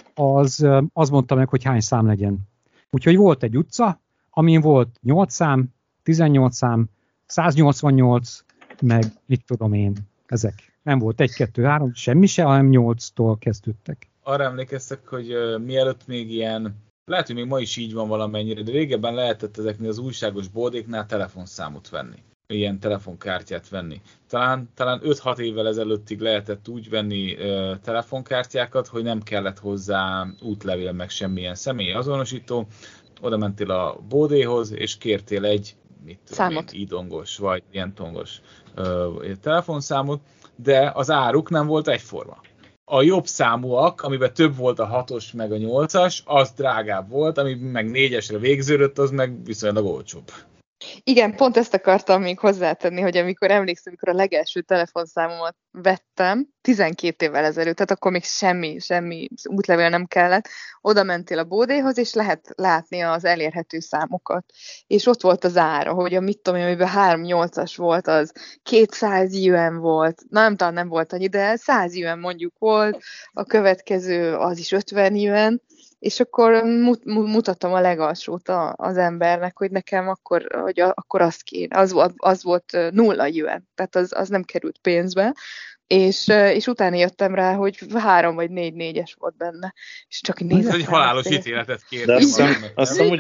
az mondta meg, hogy hány szám legyen. Úgyhogy volt egy utca, amin volt 8 szám, 18 szám, 188, meg mit tudom én, ezek. Nem volt 1, 2, 3, semmi se, hanem 8-tól kezdődtek. Arra emlékeztek, hogy mielőtt még ilyen, lehet, hogy még ma is így van valamennyire, de régebben lehetett ezeknél az újságos bódéknál telefonszámot venni. Ilyen telefonkártyát venni. Talán 5-6 évvel ezelőttig lehetett úgy venni telefonkártyákat, hogy nem kellett hozzá útlevél, meg semmilyen személyi azonosító. Oda mentél a bódéhoz, és kértél egy idongos, vagy ilyen tongos telefonszámot, de az áruk nem volt egyforma. A jobb számúak, amiben több volt a 6-os meg a 8-as, az drágább volt, ami meg 4-esre végződött, az meg viszonylag olcsóbb. Igen, pont ezt akartam még hozzátenni, hogy amikor emlékszem, amikor a legelső telefonszámomat vettem, 12 évvel ezelőtt, tehát akkor még semmi útlevél nem kellett, oda mentél a bódéhoz, és lehet látni az elérhető számokat. És ott volt az ára, hogy mit tudom én, amiben 3-8-as volt, az 200 yuan volt, talán nem volt annyi, de 100 yuan mondjuk volt, a következő az is 50 yuan, és akkor mutattam a legalsót az embernek, hogy nekem akkor azt kéne. Az volt 0 yuan, tehát az nem került pénzbe, és utána jöttem rá, hogy 3 vagy 4 4-es volt benne. És csak néztem. Ez egy halálos ítéletet kér. De azt hiszem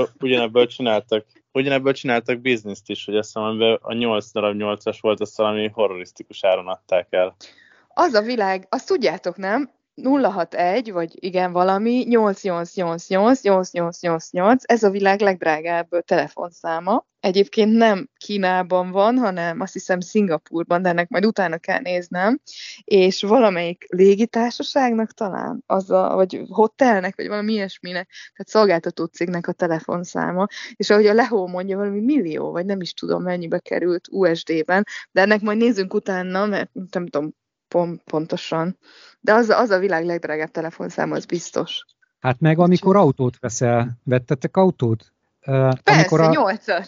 ugyanebből csináltak bizniszt is, hogy azt hiszem, a 8 darab 8-as volt, azt valami horrorisztikus áron adták el. Az a világ, azt tudjátok, nem? 061, vagy igen, valami, 8888, 8888, ez a világ legdrágább telefonszáma. Egyébként nem Kínában van, hanem azt hiszem Szingapúrban, de ennek majd utána kell néznem, és valamelyik légitársaságnak talán, vagy hotelnek, vagy valami ilyesminek, tehát szolgáltató cégnek a telefonszáma, és ahogy a Lehó mondja, valami millió, vagy nem is tudom mennyibe került USD-ben, de ennek majd nézzünk utána, mert nem tudom, pontosan. De az a világ legdrágább telefonszám, az biztos. Hát meg amikor autót veszel, vettetek autót? Persze, 8-as.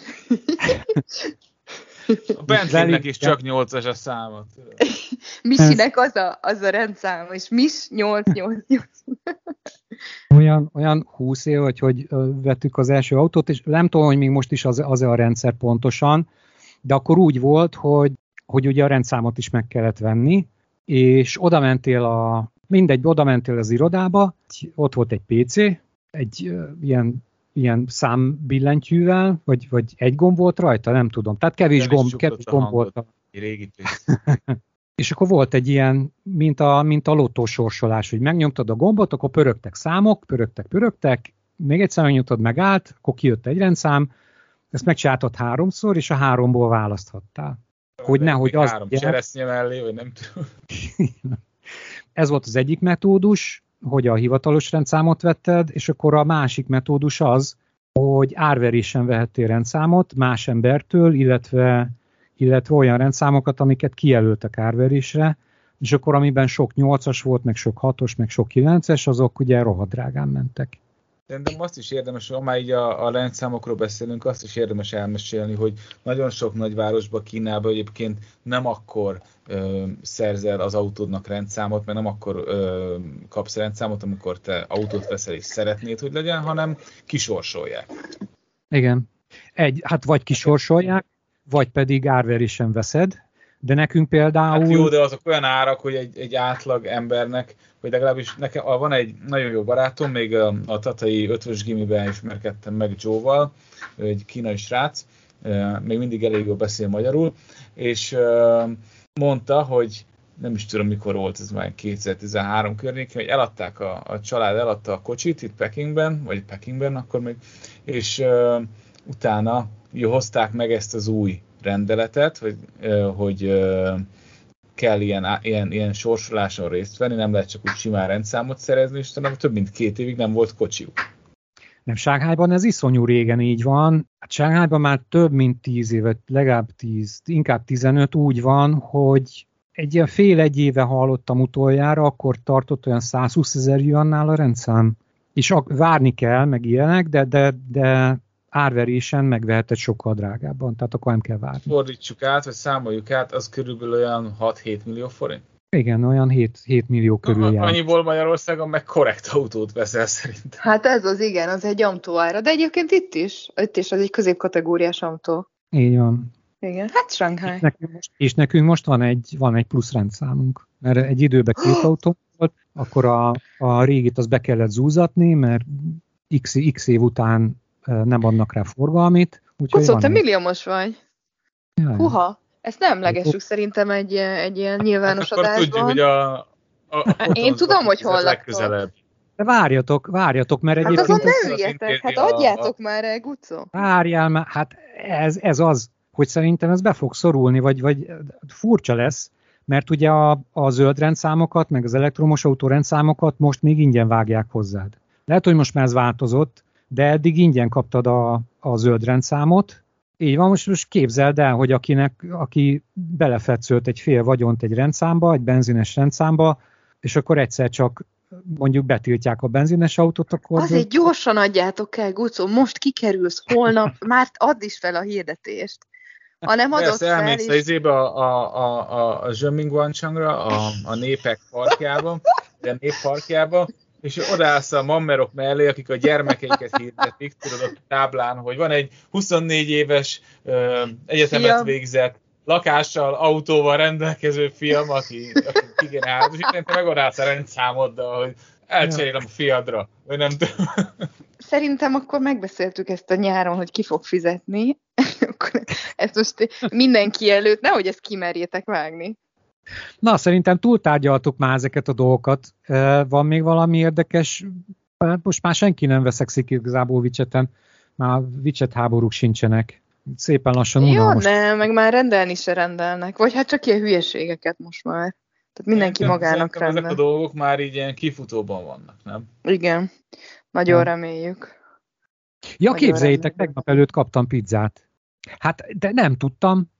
A Bentleynek is csak 8-as a száma. Misinek az a rendszám, és Mis 888. Olyan 20 év, hogy vettük az első autót, és nem tudom, hogy még most is az a rendszer pontosan, de akkor úgy volt, hogy ugye a rendszámot is meg kellett venni, és oda mentél az irodába, ott volt egy PC, egy ilyen számbillentyűvel, vagy egy gomb volt rajta, nem tudom. Tehát kevés gomb volt. Régi PC. És akkor volt egy ilyen, mint a lottósorsolás, hogy megnyomtad a gombot, akkor pörögtek számok, pörögtek, még egyszer megnyomtad, megállt, akkor kijött egy rendszám, ezt megcsináltad 3-szor, és a 3-ból választhattál. Hogy nehogy az... 3 cseresznye mellé, vagy nem tudom. Ez volt az egyik metódus, hogy a hivatalos rendszámot vetted, és akkor a másik metódus az, hogy árverésen vehettél rendszámot más embertől, illetve olyan rendszámokat, amiket kijelöltek árverésre, és akkor amiben sok 8-as volt, meg sok 6-os, meg sok 9-es, azok ugye rohadt drágán mentek. Szerintem azt is érdemes, ha már így a rendszámokról beszélünk, azt is érdemes elmesélni, hogy nagyon sok nagyvárosban, Kínában egyébként nem akkor szerzel az autódnak rendszámot, mert nem akkor kapsz rendszámot, amikor te autót veszel és szeretnéd, hogy legyen, hanem kisorsolják. Igen. Hát vagy kisorsolják, vagy pedig árverésen veszed, de nekünk például... Hát jó, de azok olyan árak, hogy egy átlag embernek, vagy legalábbis nekem van egy nagyon jó barátom, még a tatai 5-ös gimiben ismerkedtem meg Joe-val, egy kínai srác, még mindig elég jól beszél magyarul, és mondta, hogy nem is tudom mikor volt, ez már 2013 környékén, hogy eladták a család eladta a kocsit itt Pekingben akkor még, és utána hozták meg ezt az új rendeletet, hogy kell ilyen sorsoláson részt venni, nem lehet csak úgy simán rendszámot szerezni, és utána több mint 2 évig nem volt kocsiuk. Nem, Shanghaiban ez iszonyú régen így van. Hát Shanghaiban már több mint 10 évet, legalább 10, inkább 15 úgy van, hogy egy ilyen fél-egy éve hallottam utoljára, akkor tartott olyan 120 000 yuannál a rendszám. És várni kell, meg ilyenek, de árverésen megveheted sokkal drágábban, tehát akkor nem kell várni. Fordítsuk át, vagy számoljuk át, az körülbelül olyan 6-7 millió forint? Igen, olyan 7 millió körül jár. Annyiból Magyarországon meg korrekt autót veszel szerintem. Hát ez az igen, az egy autóára, de egyébként itt is az egy középkategóriás autó. Így van. Igen, hát Shanghai. És nekünk most van egy plusz rendszámunk, mert egy időben 2 autó volt, akkor a régit az be kellett zúzatni, mert x év után nem adnak rá forgalmit. Úgyhogy te milliómos vagy. Jaj. Huha, ezt nem legessük szerintem egy ilyen nyilvános hát akkor adásban. tudjuk, hogy én tudom, hogy hol legközelebb. De várjatok, mert hát egyébként... Hát azon ne üljetek, hát adjátok már el, Gucó. Várjál már, hát ez az, hogy szerintem ez be fog szorulni, vagy furcsa lesz, mert ugye a zöld rendszámokat, meg az elektromos autó rendszámokat most még ingyen vágják hozzád. Lehet, hogy most már ez változott, de eddig ingyen kaptad a zöld rendszámot. Így van, most képzeld el, hogy aki belefetszölt egy fél vagyont egy rendszámba, egy benzines rendszámba, és akkor egyszer csak mondjuk betiltják a benzines autót, akkor... Azért gyorsan adjátok el, Gucó, most kikerülsz, holnap, már add is fel a hirdetést. Ha nem adod fel... elmész a Zsömingguancsangra, a népek parkjába, a nép parkjába, és odaállsz a mammerok mellé, akik a gyermekeiket hirdetik, tudod a táblán, hogy van egy 24 éves egyetemet végzett, lakással, autóval rendelkező fiam, aki igen házasít, te megadállsz a rendszámoddal, hogy elcserélem a fiadra, vagy nem tudom. Szerintem akkor megbeszéltük ezt a nyáron, hogy ki fog fizetni. Ezt most mindenki előtt, nehogy ezt kimerjétek vágni. Na, szerintem túltárgyaltuk már ezeket a dolgokat. Van még valami érdekes? Most már senki nem veszekszik igazából Witcheten. Már Witchet háborúk sincsenek. Szépen lassan unalmas. Jó, nem, meg már rendelni se rendelnek. Vagy hát csak ilyen hülyeségeket most már. Tehát mindenki magának rendel. Ezek a dolgok már így ilyen kifutóban vannak, nem? Igen. Nagyon reméljük. Ja, képzeljétek, tegnap előtt kaptam pizzát. Hát, de nem tudtam,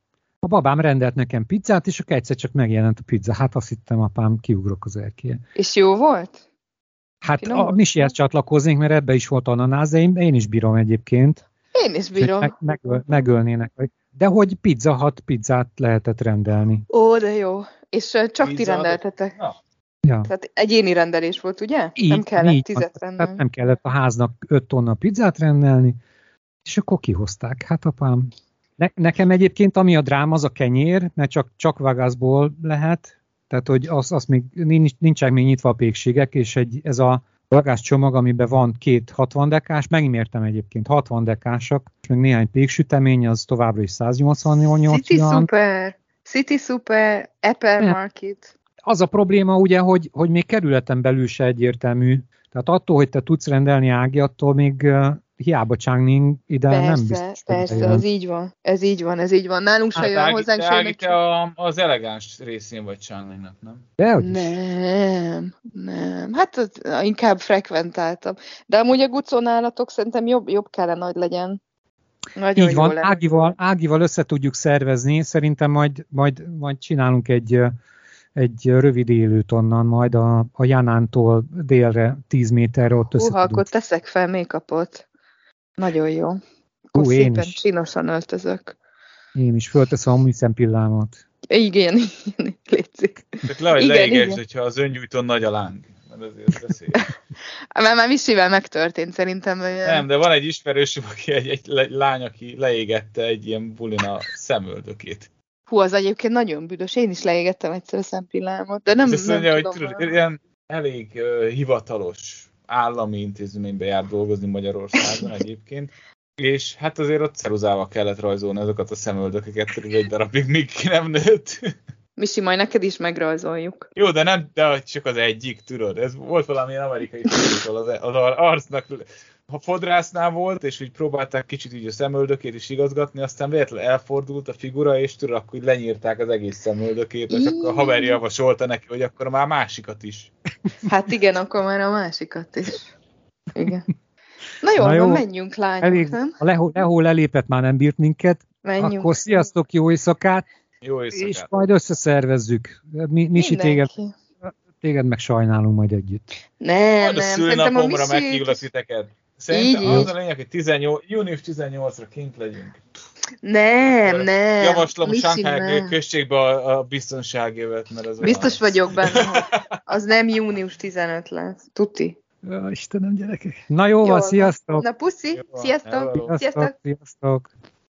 A babám rendelt nekem pizzát, és akkor egyszer csak megjelent a pizza. Hát azt hittem, apám, kiugrok az erkélyen. És jó volt? Hát a Misihez csatlakoznék, mert ebbe is volt ananász, de én is bírom egyébként. Én is bírom. Megölnének. De hogy Pizza Hut pizzát lehetett rendelni. Ó, de jó. És csak ti rendeltetek. Ja. Tehát egyéni rendelés volt, ugye? Így, nem kellett így, 10 rendelni. Tehát nem kellett a háznak 5 tonna pizzát rendelni, és akkor kihozták. Hát apám. Nekem egyébként, ami a dráma, az a kenyér, mert csak Vegasból lehet, tehát hogy az még nincsenek még nyitva a pékségek, és ez a Vegas csomag, amiben van 2 60 dekás, megmértem egyébként 60 dekásak, és meg néhány péksütemény, az továbbra is 188. City Super, Apple Market. Az a probléma ugye, hogy még kerületen belül se egyértelmű. Tehát attól, hogy te tudsz rendelni Ági, attól még hiába Changning ide persze, nem biztos. Persze, ez így van. Nálunk se jön hozzánk Ági, te az elegáns részén vagy Changningnak, nem? Nem. Hát inkább frekventáltam. De amúgy a Gucó nálatok szerintem jobb kellene, hogy legyen. Nagyon így van, Ágival össze tudjuk szervezni, szerintem majd csinálunk egy rövid élőt onnan, majd a Janántól délre 10 méterre ott össze tudunk. Akkor teszek fel make-upot. Nagyon jó. Akkor szépen csinosan öltözök. Én is fölteszem a műszempillámat. Igen, létszik. Tehát leégesd, hogyha az öngyújtón nagy a láng. Mert azért beszél. Már Misivel megtörtént szerintem. Nem, de van egy ismerősöm, aki egy lány, aki leégette egy ilyen bulin a szemöldökét. Hú, az egyébként nagyon büdös. Én is leégettem egyszer a szempillámat, de nem azt mondja, tudom. Hogy tudod, ilyen elég hivatalos állami intézményben jár dolgozni Magyarországon egyébként, és hát azért ott ceruzával kellett rajzolni azokat a szemöldökeket, egy darabig, míg ki nem nőtt. Misi, majd neked is megrajzoljuk. Jó, de csak az egyik, tudod. Ez volt valamilyen amerikai filmtől az arcnak. Ha fodrásznál volt, és úgy próbálták kicsit így a szemöldökét is igazgatni, aztán véletlenül elfordult a figura, és tudod, akkor lenyírták az egész szemöldökét, és akkor a haver javasolta neki, hogy akkor már másikat is. Hát igen, akkor már a másikat is. Igen. Na jó, menjünk, lányok, elég, nem? A Lehó lelépett, már nem bírt minket. Menjünk. Akkor sziasztok, jó éjszakát! Jó éjszakát! És majd összeszervezzük. Misi, téged meg sajnálunk majd együtt. Nem. A szülnapomra meghívlak titeket. Szerintem az a lényeg, hogy június 18-ra kint legyünk. Nem. Javaslom Shanghai községbe a biztonságévet, mert az biztos vagyok benne, hogy az nem június 15 lesz. Tuti. Istenem, gyerekek. Na jó, sziasztok! Na puszi, sziasztok! Sziasztok!